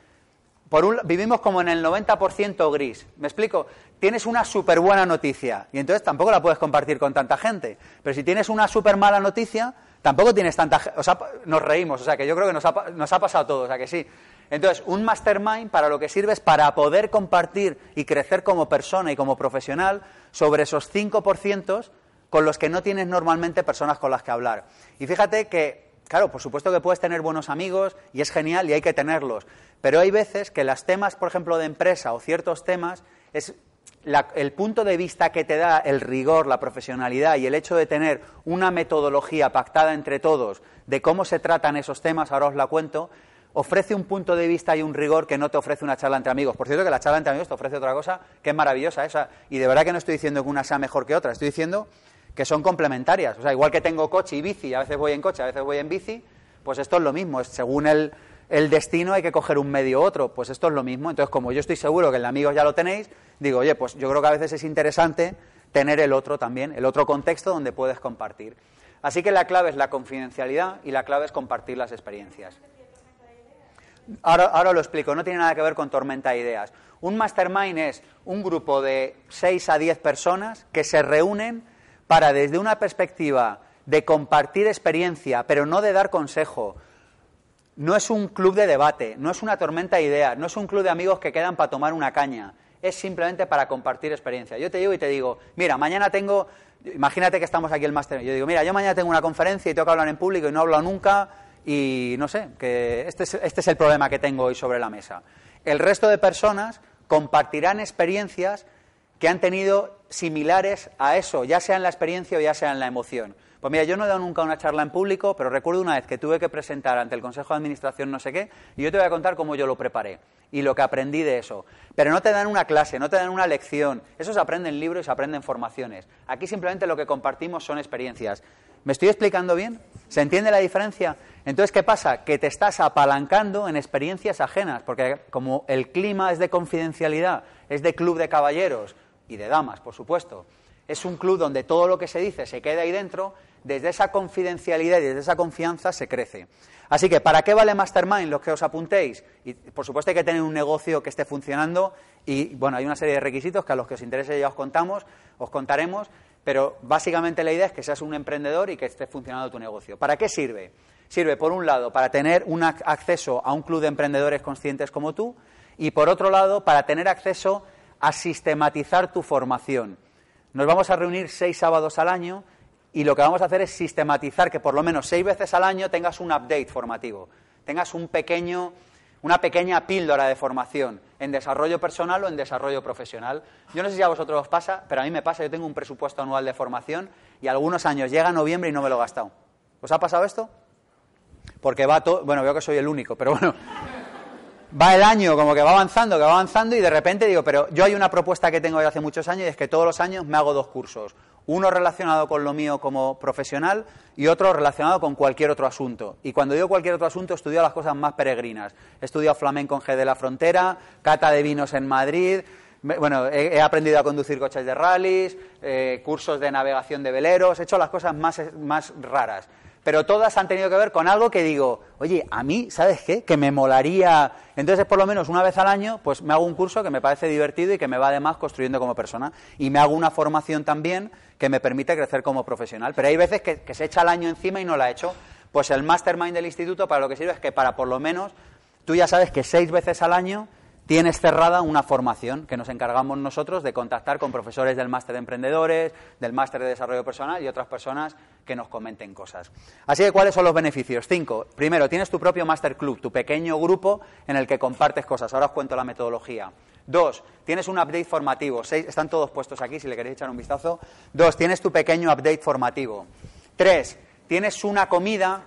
vivimos como en el 90% gris. ¿Me explico? Tienes una súper buena noticia y entonces tampoco la puedes compartir con tanta gente. Pero si tienes una súper mala noticia, tampoco tienes tanta gente. O sea, nos reímos, o sea, que yo creo que nos ha pasado a todos, o sea, que sí. Entonces, un Mastermind para lo que sirve es para poder compartir y crecer como persona y como profesional sobre esos 5% con los que no tienes normalmente personas con las que hablar. Y fíjate que, claro, por supuesto que puedes tener buenos amigos y es genial y hay que tenerlos, pero hay veces que los temas, por ejemplo, de empresa o ciertos temas, es el punto de vista que te da el rigor, la profesionalidad y el hecho de tener una metodología pactada entre todos de cómo se tratan esos temas, ahora os la cuento, ofrece un punto de vista y un rigor que no te ofrece una charla entre amigos. Por cierto, que la charla entre amigos te ofrece otra cosa que es maravillosa esa, y de verdad que no estoy diciendo que una sea mejor que otra, estoy diciendo que son complementarias. O sea, igual que tengo coche y bici, a veces voy en coche, a veces voy en bici, pues esto es lo mismo, según el destino hay que coger un medio u otro, pues esto es lo mismo. Entonces, como yo estoy seguro que el de amigos ya lo tenéis, digo, oye, pues yo creo que a veces es interesante tener el otro también, el otro contexto donde puedes compartir. Así que la clave es la confidencialidad y la clave es compartir las experiencias. Ahora lo explico, no tiene nada que ver con tormenta de ideas. Un Mastermind es un grupo de 6 a 10 personas que se reúnen para, desde una perspectiva de compartir experiencia, pero no de dar consejo. No es un club de debate, no es una tormenta de ideas, no es un club de amigos que quedan para tomar una caña. Es simplemente para compartir experiencia. Yo te llevo y te digo, mira, mañana tengo... Imagínate que estamos aquí el máster. Yo digo, mira, yo mañana tengo una conferencia y tengo que hablar en público y no he hablado nunca y no sé, que este es el problema que tengo hoy sobre la mesa. El resto de personas compartirán experiencias que han tenido similares a eso, ya sea en la experiencia o ya sea en la emoción. Pues mira, yo no he dado nunca una charla en público, pero recuerdo una vez que tuve que presentar ante el Consejo de Administración no sé qué, y yo te voy a contar cómo yo lo preparé y lo que aprendí de eso. Pero no te dan una clase, no te dan una lección, eso se aprende en libros y se aprende en formaciones. Aquí simplemente lo que compartimos son experiencias. ¿Me estoy explicando bien? ¿Se entiende la diferencia? Entonces, ¿qué pasa? Que te estás apalancando en experiencias ajenas, porque como el clima es de confidencialidad, es de club de caballeros y de damas, por supuesto, es un club donde todo lo que se dice se queda ahí dentro, desde esa confidencialidad y desde esa confianza se crece. Así que, ¿para qué vale Mastermind? Los que os apuntéis. Y, por supuesto, hay que tener un negocio que esté funcionando y, bueno, hay una serie de requisitos que a los que os interese ya os contaremos, pero básicamente la idea es que seas un emprendedor y que esté funcionando tu negocio. ¿Para qué sirve? Sirve, por un lado, para tener un acceso a un club de emprendedores conscientes como tú y, por otro lado, para tener acceso a sistematizar tu formación. Nos vamos a reunir 6 sábados al año y lo que vamos a hacer es sistematizar que por lo menos 6 veces al año tengas un update formativo, tengas una pequeña píldora de formación en desarrollo personal o en desarrollo profesional. Yo no sé si a vosotros os pasa, pero a mí me pasa, yo tengo un presupuesto anual de formación y algunos años llega noviembre y no me lo he gastado. ¿Os ha pasado esto? Porque va todo, bueno, veo que soy el único, pero bueno, va el año como que va avanzando y de repente digo, pero yo hay una propuesta que tengo desde hace muchos años y es que todos los años me hago 2 cursos. Uno relacionado con lo mío como profesional y otro relacionado con cualquier otro asunto. Y cuando digo cualquier otro asunto, he estudiado las cosas más peregrinas. He estudiado flamenco en Jerez de la Frontera, cata de vinos en Madrid, bueno, he aprendido a conducir coches de rallies, cursos de navegación de veleros, he hecho las cosas más raras. Pero todas han tenido que ver con algo que digo, oye, a mí, ¿sabes qué? Que me molaría. Entonces, por lo menos una vez al año, pues me hago un curso que me parece divertido y que me va además construyendo como persona. Y me hago una formación también que me permite crecer como profesional. Pero hay veces que se echa el año encima y no la he hecho. Pues el Mastermind del instituto para lo que sirve es que para por lo menos, tú ya sabes que 6 veces al año tienes cerrada una formación que nos encargamos nosotros de contactar con profesores del máster de emprendedores, del máster de desarrollo personal y otras personas que nos comenten cosas. Así que, ¿cuáles son los beneficios? 5. Primero, tienes tu propio Master Club, tu pequeño grupo en el que compartes cosas. Ahora os cuento la metodología. 2. Tienes un update formativo. 6. Están todos puestos aquí si le queréis echar un vistazo. 2. Tienes tu pequeño update formativo. 3. Tienes una comida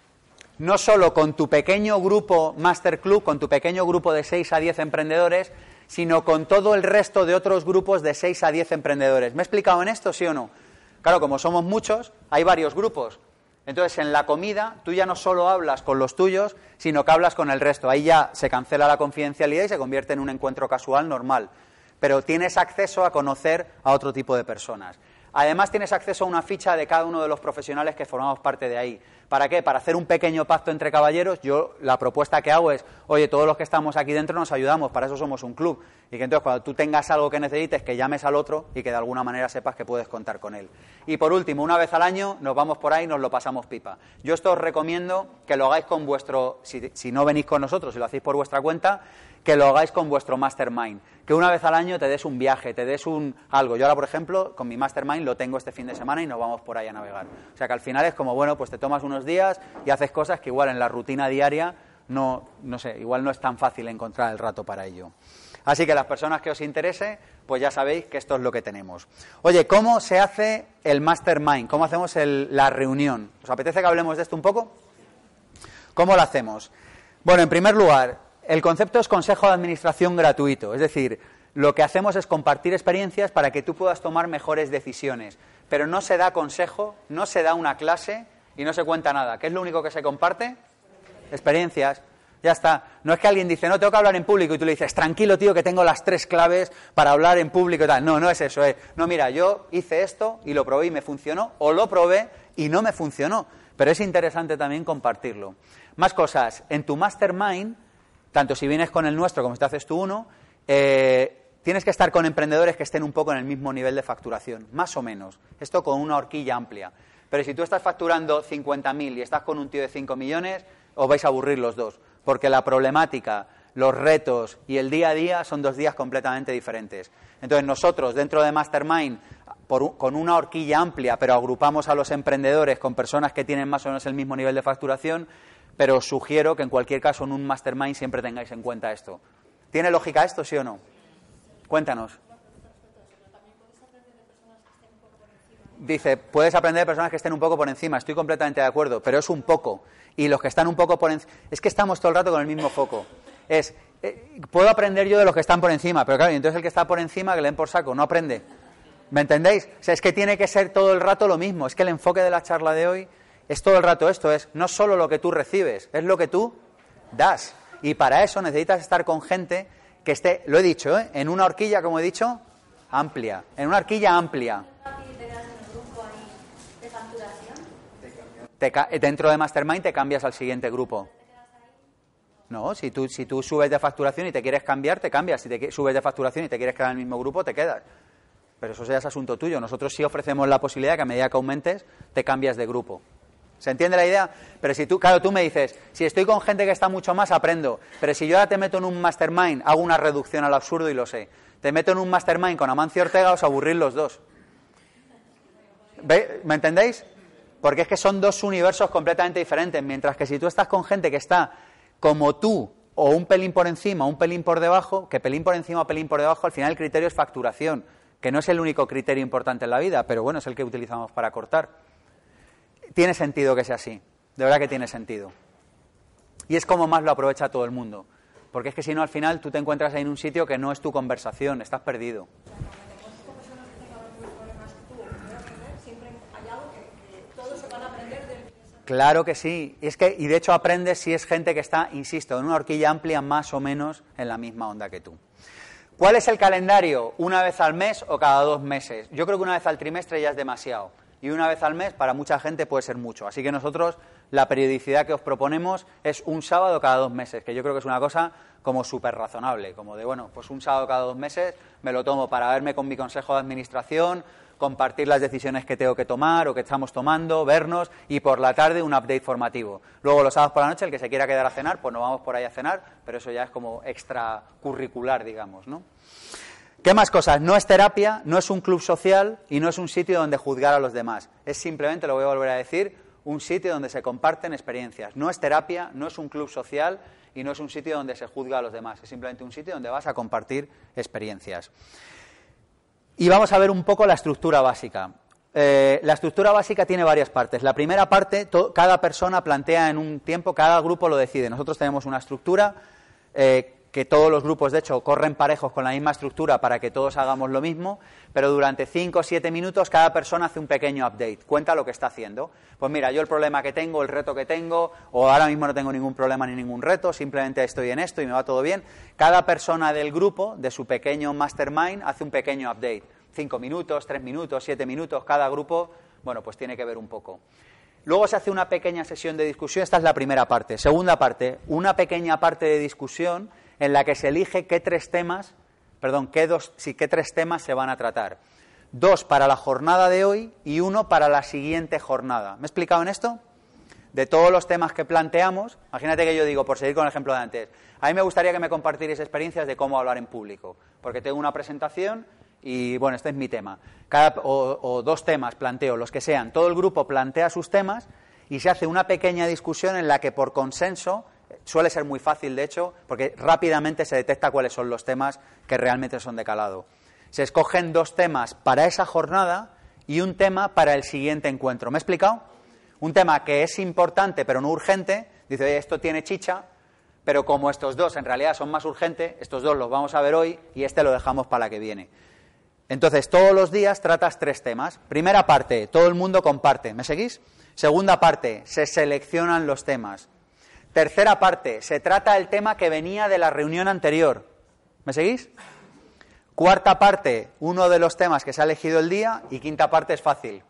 no solo con tu pequeño grupo Master Club, con tu pequeño grupo de 6 a 10 emprendedores, sino con todo el resto de otros grupos de 6 a 10 emprendedores. ¿Me he explicado en esto, sí o no? Claro, como somos muchos, hay varios grupos. Entonces, en la comida, tú ya no solo hablas con los tuyos, sino que hablas con el resto. Ahí ya se cancela la confidencialidad y se convierte en un encuentro casual normal. Pero tienes acceso a conocer a otro tipo de personas. Además, tienes acceso a una ficha de cada uno de los profesionales que formamos parte de ahí. ¿Para qué? Para hacer un pequeño pacto entre caballeros. Yo la propuesta que hago es, oye, todos los que estamos aquí dentro nos ayudamos, para eso somos un club. Y que entonces cuando tú tengas algo que necesites, que llames al otro y que de alguna manera sepas que puedes contar con él. Y por último, una vez al año nos vamos por ahí y nos lo pasamos pipa. Yo esto os recomiendo que lo hagáis con vuestro, si no venís con nosotros, si lo hacéis por vuestra cuenta, que lo hagáis con vuestro Mastermind. Que una vez al año te des un viaje, te des algo. Yo ahora, por ejemplo, con mi Mastermind lo tengo este fin de semana y nos vamos por ahí a navegar. O sea que al final es como, bueno, pues te tomas unos días y haces cosas que igual en la rutina diaria no sé, igual no es tan fácil encontrar el rato para ello. Así que las personas que os interese, pues ya sabéis que esto es lo que tenemos. Oye, ¿cómo se hace el Mastermind? ¿Cómo hacemos la reunión? ¿Os apetece que hablemos de esto un poco? ¿Cómo lo hacemos? Bueno, en primer lugar, el concepto es consejo de administración gratuito, es decir, lo que hacemos es compartir experiencias para que tú puedas tomar mejores decisiones, pero no se da consejo, no se da una clase y no se cuenta nada. ¿Qué es lo único que se comparte? Experiencias. Ya está. No es que alguien dice, no, tengo que hablar en público y tú le dices, tranquilo tío, que tengo las 3 claves para hablar en público y tal. No, no es eso. No, mira, yo hice esto y lo probé y me funcionó, o lo probé y no me funcionó. Pero es interesante también compartirlo. Más cosas. En tu Mastermind, tanto si vienes con el nuestro como si te haces tú uno, tienes que estar con emprendedores que estén un poco en el mismo nivel de facturación, más o menos. Esto con una horquilla amplia. Pero si tú estás facturando 50.000 y estás con un tío de 5 millones, os vais a aburrir los dos, porque la problemática, los retos y el día a día son 2 días completamente diferentes. Entonces nosotros, dentro de Mastermind, con una horquilla amplia, pero agrupamos a los emprendedores con personas que tienen más o menos el mismo nivel de facturación, pero os sugiero que en cualquier caso en un Mastermind siempre tengáis en cuenta esto. ¿Tiene lógica esto, sí o no? Cuéntanos. Dice, puedes aprender de personas que estén un poco por encima. Estoy completamente de acuerdo, pero es un poco. Y los que están un poco por encima... Es que estamos todo el rato con el mismo foco. Puedo aprender yo de los que están por encima, pero claro, y entonces el que está por encima, que le den por saco, no aprende. ¿Me entendéis? O sea, es que tiene que ser todo el rato lo mismo. Es que el enfoque de la charla de hoy es todo el rato esto. Es no solo lo que tú recibes, es lo que tú das. Y para eso necesitas estar con gente que esté, lo he dicho, en una horquilla, como he dicho, amplia. En una horquilla amplia. Dentro de Mastermind te cambias al siguiente grupo. No, si tú subes de facturación y te quieres cambiar, te cambias. Si te subes de facturación y te quieres quedar en el mismo grupo, te quedas. Pero eso ya es asunto tuyo. Nosotros sí ofrecemos la posibilidad que a medida que aumentes, te cambias de grupo. ¿Se entiende la idea? Pero si tú, claro, tú me dices, si estoy con gente que está mucho más, aprendo. Pero si yo ahora te meto en un Mastermind, hago una reducción al absurdo y lo sé. Te meto en un Mastermind con Amancio Ortega, os aburrís los dos. ¿Me entendéis? Porque es que son 2 universos completamente diferentes, mientras que si tú estás con gente que está como tú, o un pelín por encima, o un pelín por debajo, que pelín por encima o pelín por debajo, al final el criterio es facturación, que no es el único criterio importante en la vida, pero bueno, es el que utilizamos para cortar. Tiene sentido que sea así, de verdad que tiene sentido. Y es como más lo aprovecha todo el mundo, porque es que si no, al final tú te encuentras ahí en un sitio que no es tu conversación, estás perdido. Claro que sí, y de hecho aprendes si es gente que está, insisto, en una horquilla amplia más o menos en la misma onda que tú. ¿Cuál es el calendario? ¿Una vez al mes o cada 2 meses? Yo creo que una vez al trimestre ya es demasiado, y una vez al mes para mucha gente puede ser mucho. Así que nosotros la periodicidad que os proponemos es un sábado cada 2 meses, que yo creo que es una cosa como súper razonable, como de, bueno, pues un sábado cada 2 meses me lo tomo para verme con mi consejo de administración, compartir las decisiones que tengo que tomar o que estamos tomando, vernos, y por la tarde un update formativo. Luego los sábados por la noche, el que se quiera quedar a cenar, pues nos vamos por ahí a cenar, pero eso ya es como extracurricular, digamos, ¿no? ¿Qué más cosas? No es terapia, no es un club social y no es un sitio donde juzgar a los demás. Es simplemente, lo voy a volver a decir, un sitio donde se comparten experiencias. No es terapia, no es un club social y no es un sitio donde se juzga a los demás. Es simplemente un sitio donde vas a compartir experiencias. Y vamos a ver un poco la estructura básica. La estructura básica tiene varias partes. La primera parte, cada persona plantea en un tiempo, cada grupo lo decide. Nosotros tenemos una estructura que todos los grupos, de hecho, corren parejos con la misma estructura para que todos hagamos lo mismo, pero durante 5 o 7 minutos cada persona hace un pequeño update, cuenta lo que está haciendo. Pues mira, yo el problema que tengo, el reto que tengo, o ahora mismo no tengo ningún problema ni ningún reto, simplemente estoy en esto y me va todo bien. Cada persona del grupo, de su pequeño mastermind, hace un pequeño update. 5 minutos, 3 minutos, 7 minutos, cada grupo, bueno, pues tiene que ver un poco. Luego se hace una pequeña sesión de discusión, esta es la primera parte. Segunda parte, una pequeña parte de discusión en la que se elige qué 3 temas se van a tratar. 2 para la jornada de hoy y 1 para la siguiente jornada. ¿Me he explicado en esto? De todos los temas que planteamos, imagínate que yo digo, por seguir con el ejemplo de antes, a mí me gustaría que me compartierais experiencias de cómo hablar en público, porque tengo una presentación y, bueno, este es mi tema. O 2 temas planteo, los que sean. Todo el grupo plantea sus temas y se hace una pequeña discusión en la que por consenso, suele ser muy fácil de hecho, porque rápidamente se detecta cuáles son los temas que realmente son de calado. Se escogen 2 temas para esa jornada y un tema para el siguiente encuentro. ¿Me he explicado? Un tema que es importante pero no urgente, dice, oye, esto tiene chicha, pero como estos 2 en realidad son más urgentes, estos 2 los vamos a ver hoy y este lo dejamos para la que viene. Entonces, todos los días tratas 3 temas. Primera parte, todo el mundo comparte. ¿Me seguís? Segunda parte, se seleccionan los temas. Tercera parte, se trata el tema que venía de la reunión anterior. ¿Me seguís? Cuarta parte, uno de los temas que se ha elegido el día. Y quinta parte es fácil.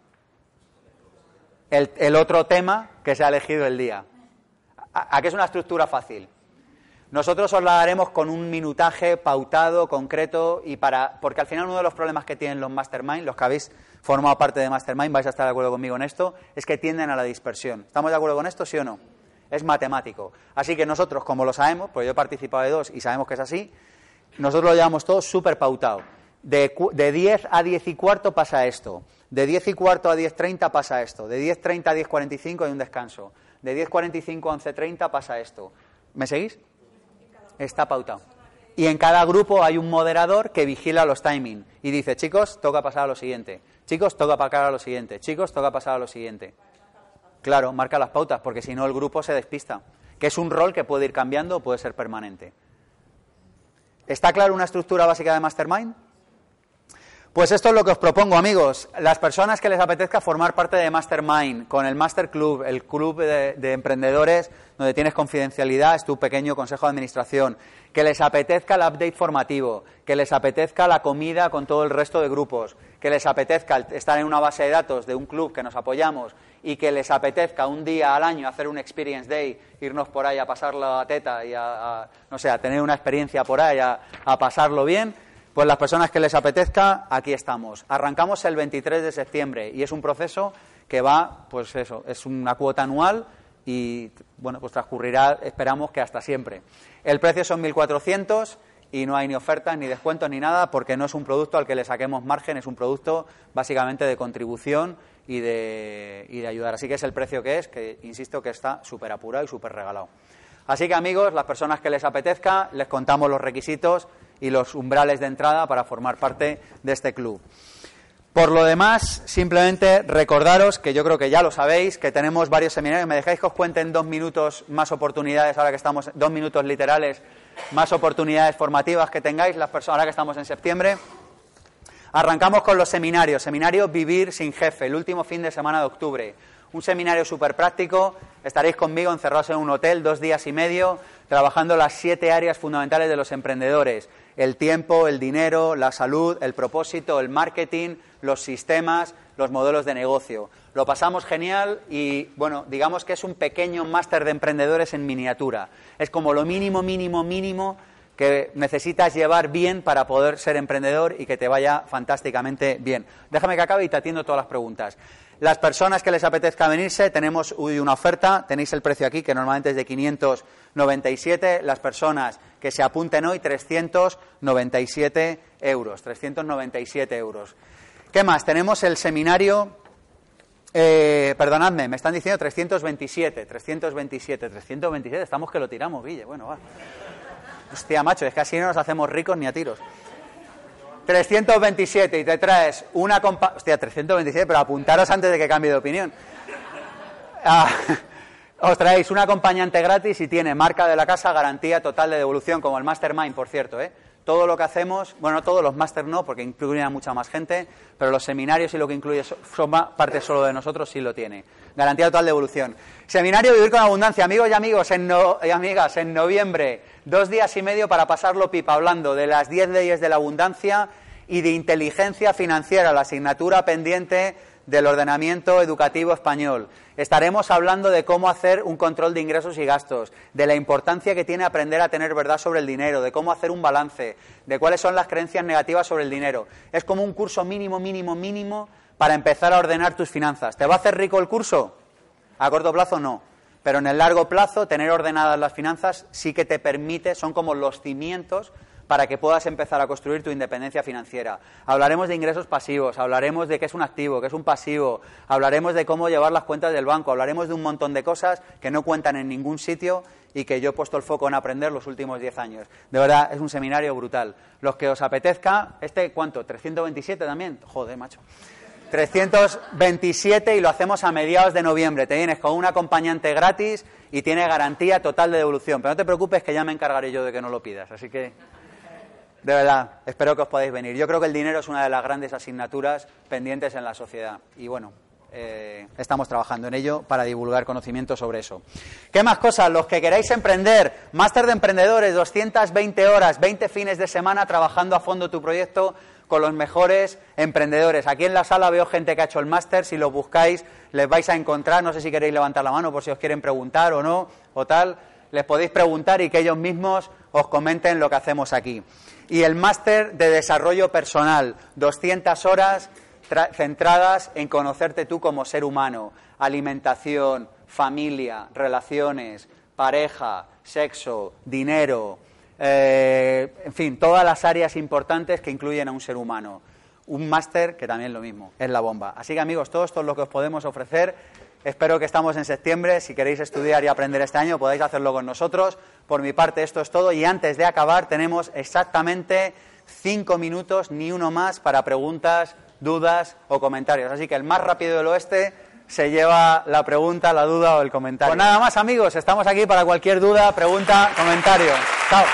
El otro tema que se ha elegido el día. ¿A qué es una estructura fácil? Nosotros os la daremos con un minutaje pautado, concreto, porque al final uno de los problemas que tienen los Mastermind, los que habéis formado parte de Mastermind, vais a estar de acuerdo conmigo en esto, es que tienden a la dispersión. ¿Estamos de acuerdo con esto, sí o no? Es matemático. Así que nosotros, como lo sabemos, porque yo he participado de 2 y sabemos que es así, nosotros lo llevamos todo súper pautado. De 10 a 10 y cuarto pasa esto. De 10 y cuarto a 10:30 pasa esto. De 10:30 a 10:45 hay un descanso. De 10:45 a 11:30 pasa esto. ¿Me seguís? Está pautado. Y en cada grupo hay un moderador que vigila los timings y dice, chicos, toca pasar a lo siguiente. Chicos, toca pasar a lo siguiente. Chicos, toca pasar a lo siguiente. Claro, marca las pautas, porque si no el grupo se despista. Que es un rol que puede ir cambiando o puede ser permanente. ¿Está claro una estructura básica de Mastermind? Pues esto es lo que os propongo, amigos. Las personas que les apetezca formar parte de Mastermind, con el Master Club, el club de emprendedores, donde tienes confidencialidad, es tu pequeño consejo de administración, que les apetezca el update formativo, que les apetezca la comida con todo el resto de grupos, que les apetezca estar en una base de datos de un club que nos apoyamos y que les apetezca un día al año hacer un Experience Day, irnos por ahí a pasar la teta y a tener una experiencia por ahí, a pasarlo bien. Pues las personas que les apetezca, aquí estamos. Arrancamos el 23 de septiembre y es un proceso que va, pues eso, es una cuota anual y, bueno, pues transcurrirá, esperamos que hasta siempre. El precio son 1.400 y no hay ni ofertas, ni descuentos, ni nada, porque no es un producto al que le saquemos margen, es un producto básicamente de contribución y de ayudar. Así que es el precio que es, que insisto que está súper apurado y súper regalado. Así que, amigos, las personas que les apetezca, les contamos los requisitos y los umbrales de entrada para formar parte de este club. Por lo demás, simplemente recordaros, que yo creo que ya lo sabéis, que tenemos varios seminarios. ¿Me dejáis que os cuente en 2 minutos más oportunidades, ahora que estamos, 2 minutos literales, más oportunidades formativas que tengáis, las personas, ahora que estamos en septiembre? Arrancamos con los seminarios. Seminario Vivir sin Jefe, el último fin de semana de octubre. Un seminario súper práctico, estaréis conmigo encerrados en un hotel 2 días y medio, trabajando las 7 áreas fundamentales de los emprendedores: el tiempo, el dinero, la salud, el propósito, el marketing, los sistemas, los modelos de negocio. Lo pasamos genial y, bueno, digamos que es un pequeño máster de emprendedores en miniatura. Es como lo mínimo que necesitas llevar bien para poder ser emprendedor y que te vaya fantásticamente bien. Déjame que acabe y te atiendo todas las preguntas. Las personas que les apetezca venirse, tenemos una oferta, tenéis el precio aquí, que normalmente es de 597, las personas que se apunten hoy, 397 euros. ¿Qué más? Tenemos el seminario, perdonadme, me están diciendo 327, estamos que lo tiramos, Guille, bueno, va. Hostia, macho, es que así no nos hacemos ricos ni a tiros. 327 y te traes una Hostia, 327, pero apuntaros antes de que cambie de opinión. Os traéis un acompañante gratis y tiene marca de la casa, garantía total de devolución, como el Mastermind, por cierto, Todo lo que hacemos, bueno, no todos los Master no, porque incluyen a mucha más gente, pero los seminarios y lo que incluye parte solo de nosotros sí lo tiene. Garantía total de devolución. Seminario Vivir con Abundancia, amigos y amigas, en noviembre, 2 días y medio para pasarlo pipa, hablando de las 10 leyes de la abundancia y de inteligencia financiera, la asignatura pendiente del ordenamiento educativo español. Estaremos hablando de cómo hacer un control de ingresos y gastos, de la importancia que tiene aprender a tener verdad sobre el dinero, de cómo hacer un balance, de cuáles son las creencias negativas sobre el dinero. Es como un curso mínimo para empezar a ordenar tus finanzas. ¿Te va a hacer rico el curso? A corto plazo no, pero en el largo plazo tener ordenadas las finanzas sí que te permite, son como los cimientos para que puedas empezar a construir tu independencia financiera. Hablaremos de ingresos pasivos, hablaremos de qué es un activo, qué es un pasivo, hablaremos de cómo llevar las cuentas del banco, hablaremos de un montón de cosas que no cuentan en ningún sitio y que yo he puesto el foco en aprender los últimos 10 años. De verdad, es un seminario brutal. Los que os apetezca, ¿cuánto? ¿327 también? Joder, macho. 327 y lo hacemos a mediados de noviembre. Te vienes con un acompañante gratis y tiene garantía total de devolución. Pero no te preocupes que ya me encargaré yo de que no lo pidas. Así que, de verdad, espero que os podáis venir. Yo creo que el dinero es una de las grandes asignaturas pendientes en la sociedad. Y bueno, estamos trabajando en ello para divulgar conocimiento sobre eso. ¿Qué más cosas? Los que queráis emprender, máster de emprendedores, 220 horas, 20 fines de semana trabajando a fondo tu proyecto con los mejores emprendedores. Aquí en la sala veo gente que ha hecho el máster, si lo buscáis les vais a encontrar, no sé si queréis levantar la mano por si os quieren preguntar o no, o tal. les podéis preguntar y que ellos mismos os comenten lo que hacemos aquí. Y el máster de desarrollo personal, 200 horas centradas en conocerte tú como ser humano, alimentación, familia, relaciones, pareja, sexo, dinero, en fin, todas las áreas importantes que incluyen a un ser humano. Un máster que también es lo mismo, es la bomba. Así que amigos, todo esto es lo que os podemos ofrecer. Espero que estamos en septiembre. Si queréis estudiar y aprender este año, podéis hacerlo con nosotros. Por mi parte, esto es todo. Y antes de acabar, tenemos exactamente 5 minutos, ni uno más, para preguntas, dudas o comentarios. Así que el más rápido del oeste se lleva la pregunta, la duda o el comentario. Pues nada más, amigos. Estamos aquí para cualquier duda, pregunta, comentario. Chao.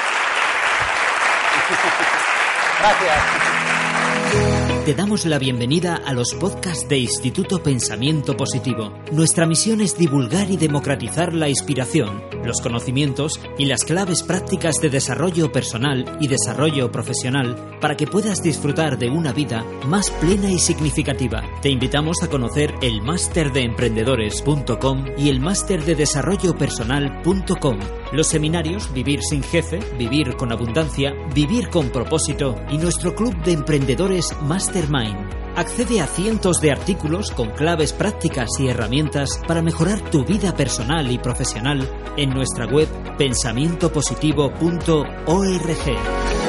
Gracias. Te damos la bienvenida a los podcasts de Instituto Pensamiento Positivo. Nuestra misión es divulgar y democratizar la inspiración, los conocimientos y las claves prácticas de desarrollo personal y desarrollo profesional para que puedas disfrutar de una vida más plena y significativa. Te invitamos a conocer el masterdeemprendedores.com y el masterdedesarrollopersonal.com. Los seminarios Vivir sin jefe, Vivir con abundancia, Vivir con propósito y nuestro club de emprendedores Mastermind. Accede a cientos de artículos con claves prácticas y herramientas para mejorar tu vida personal y profesional en nuestra web pensamientopositivo.org.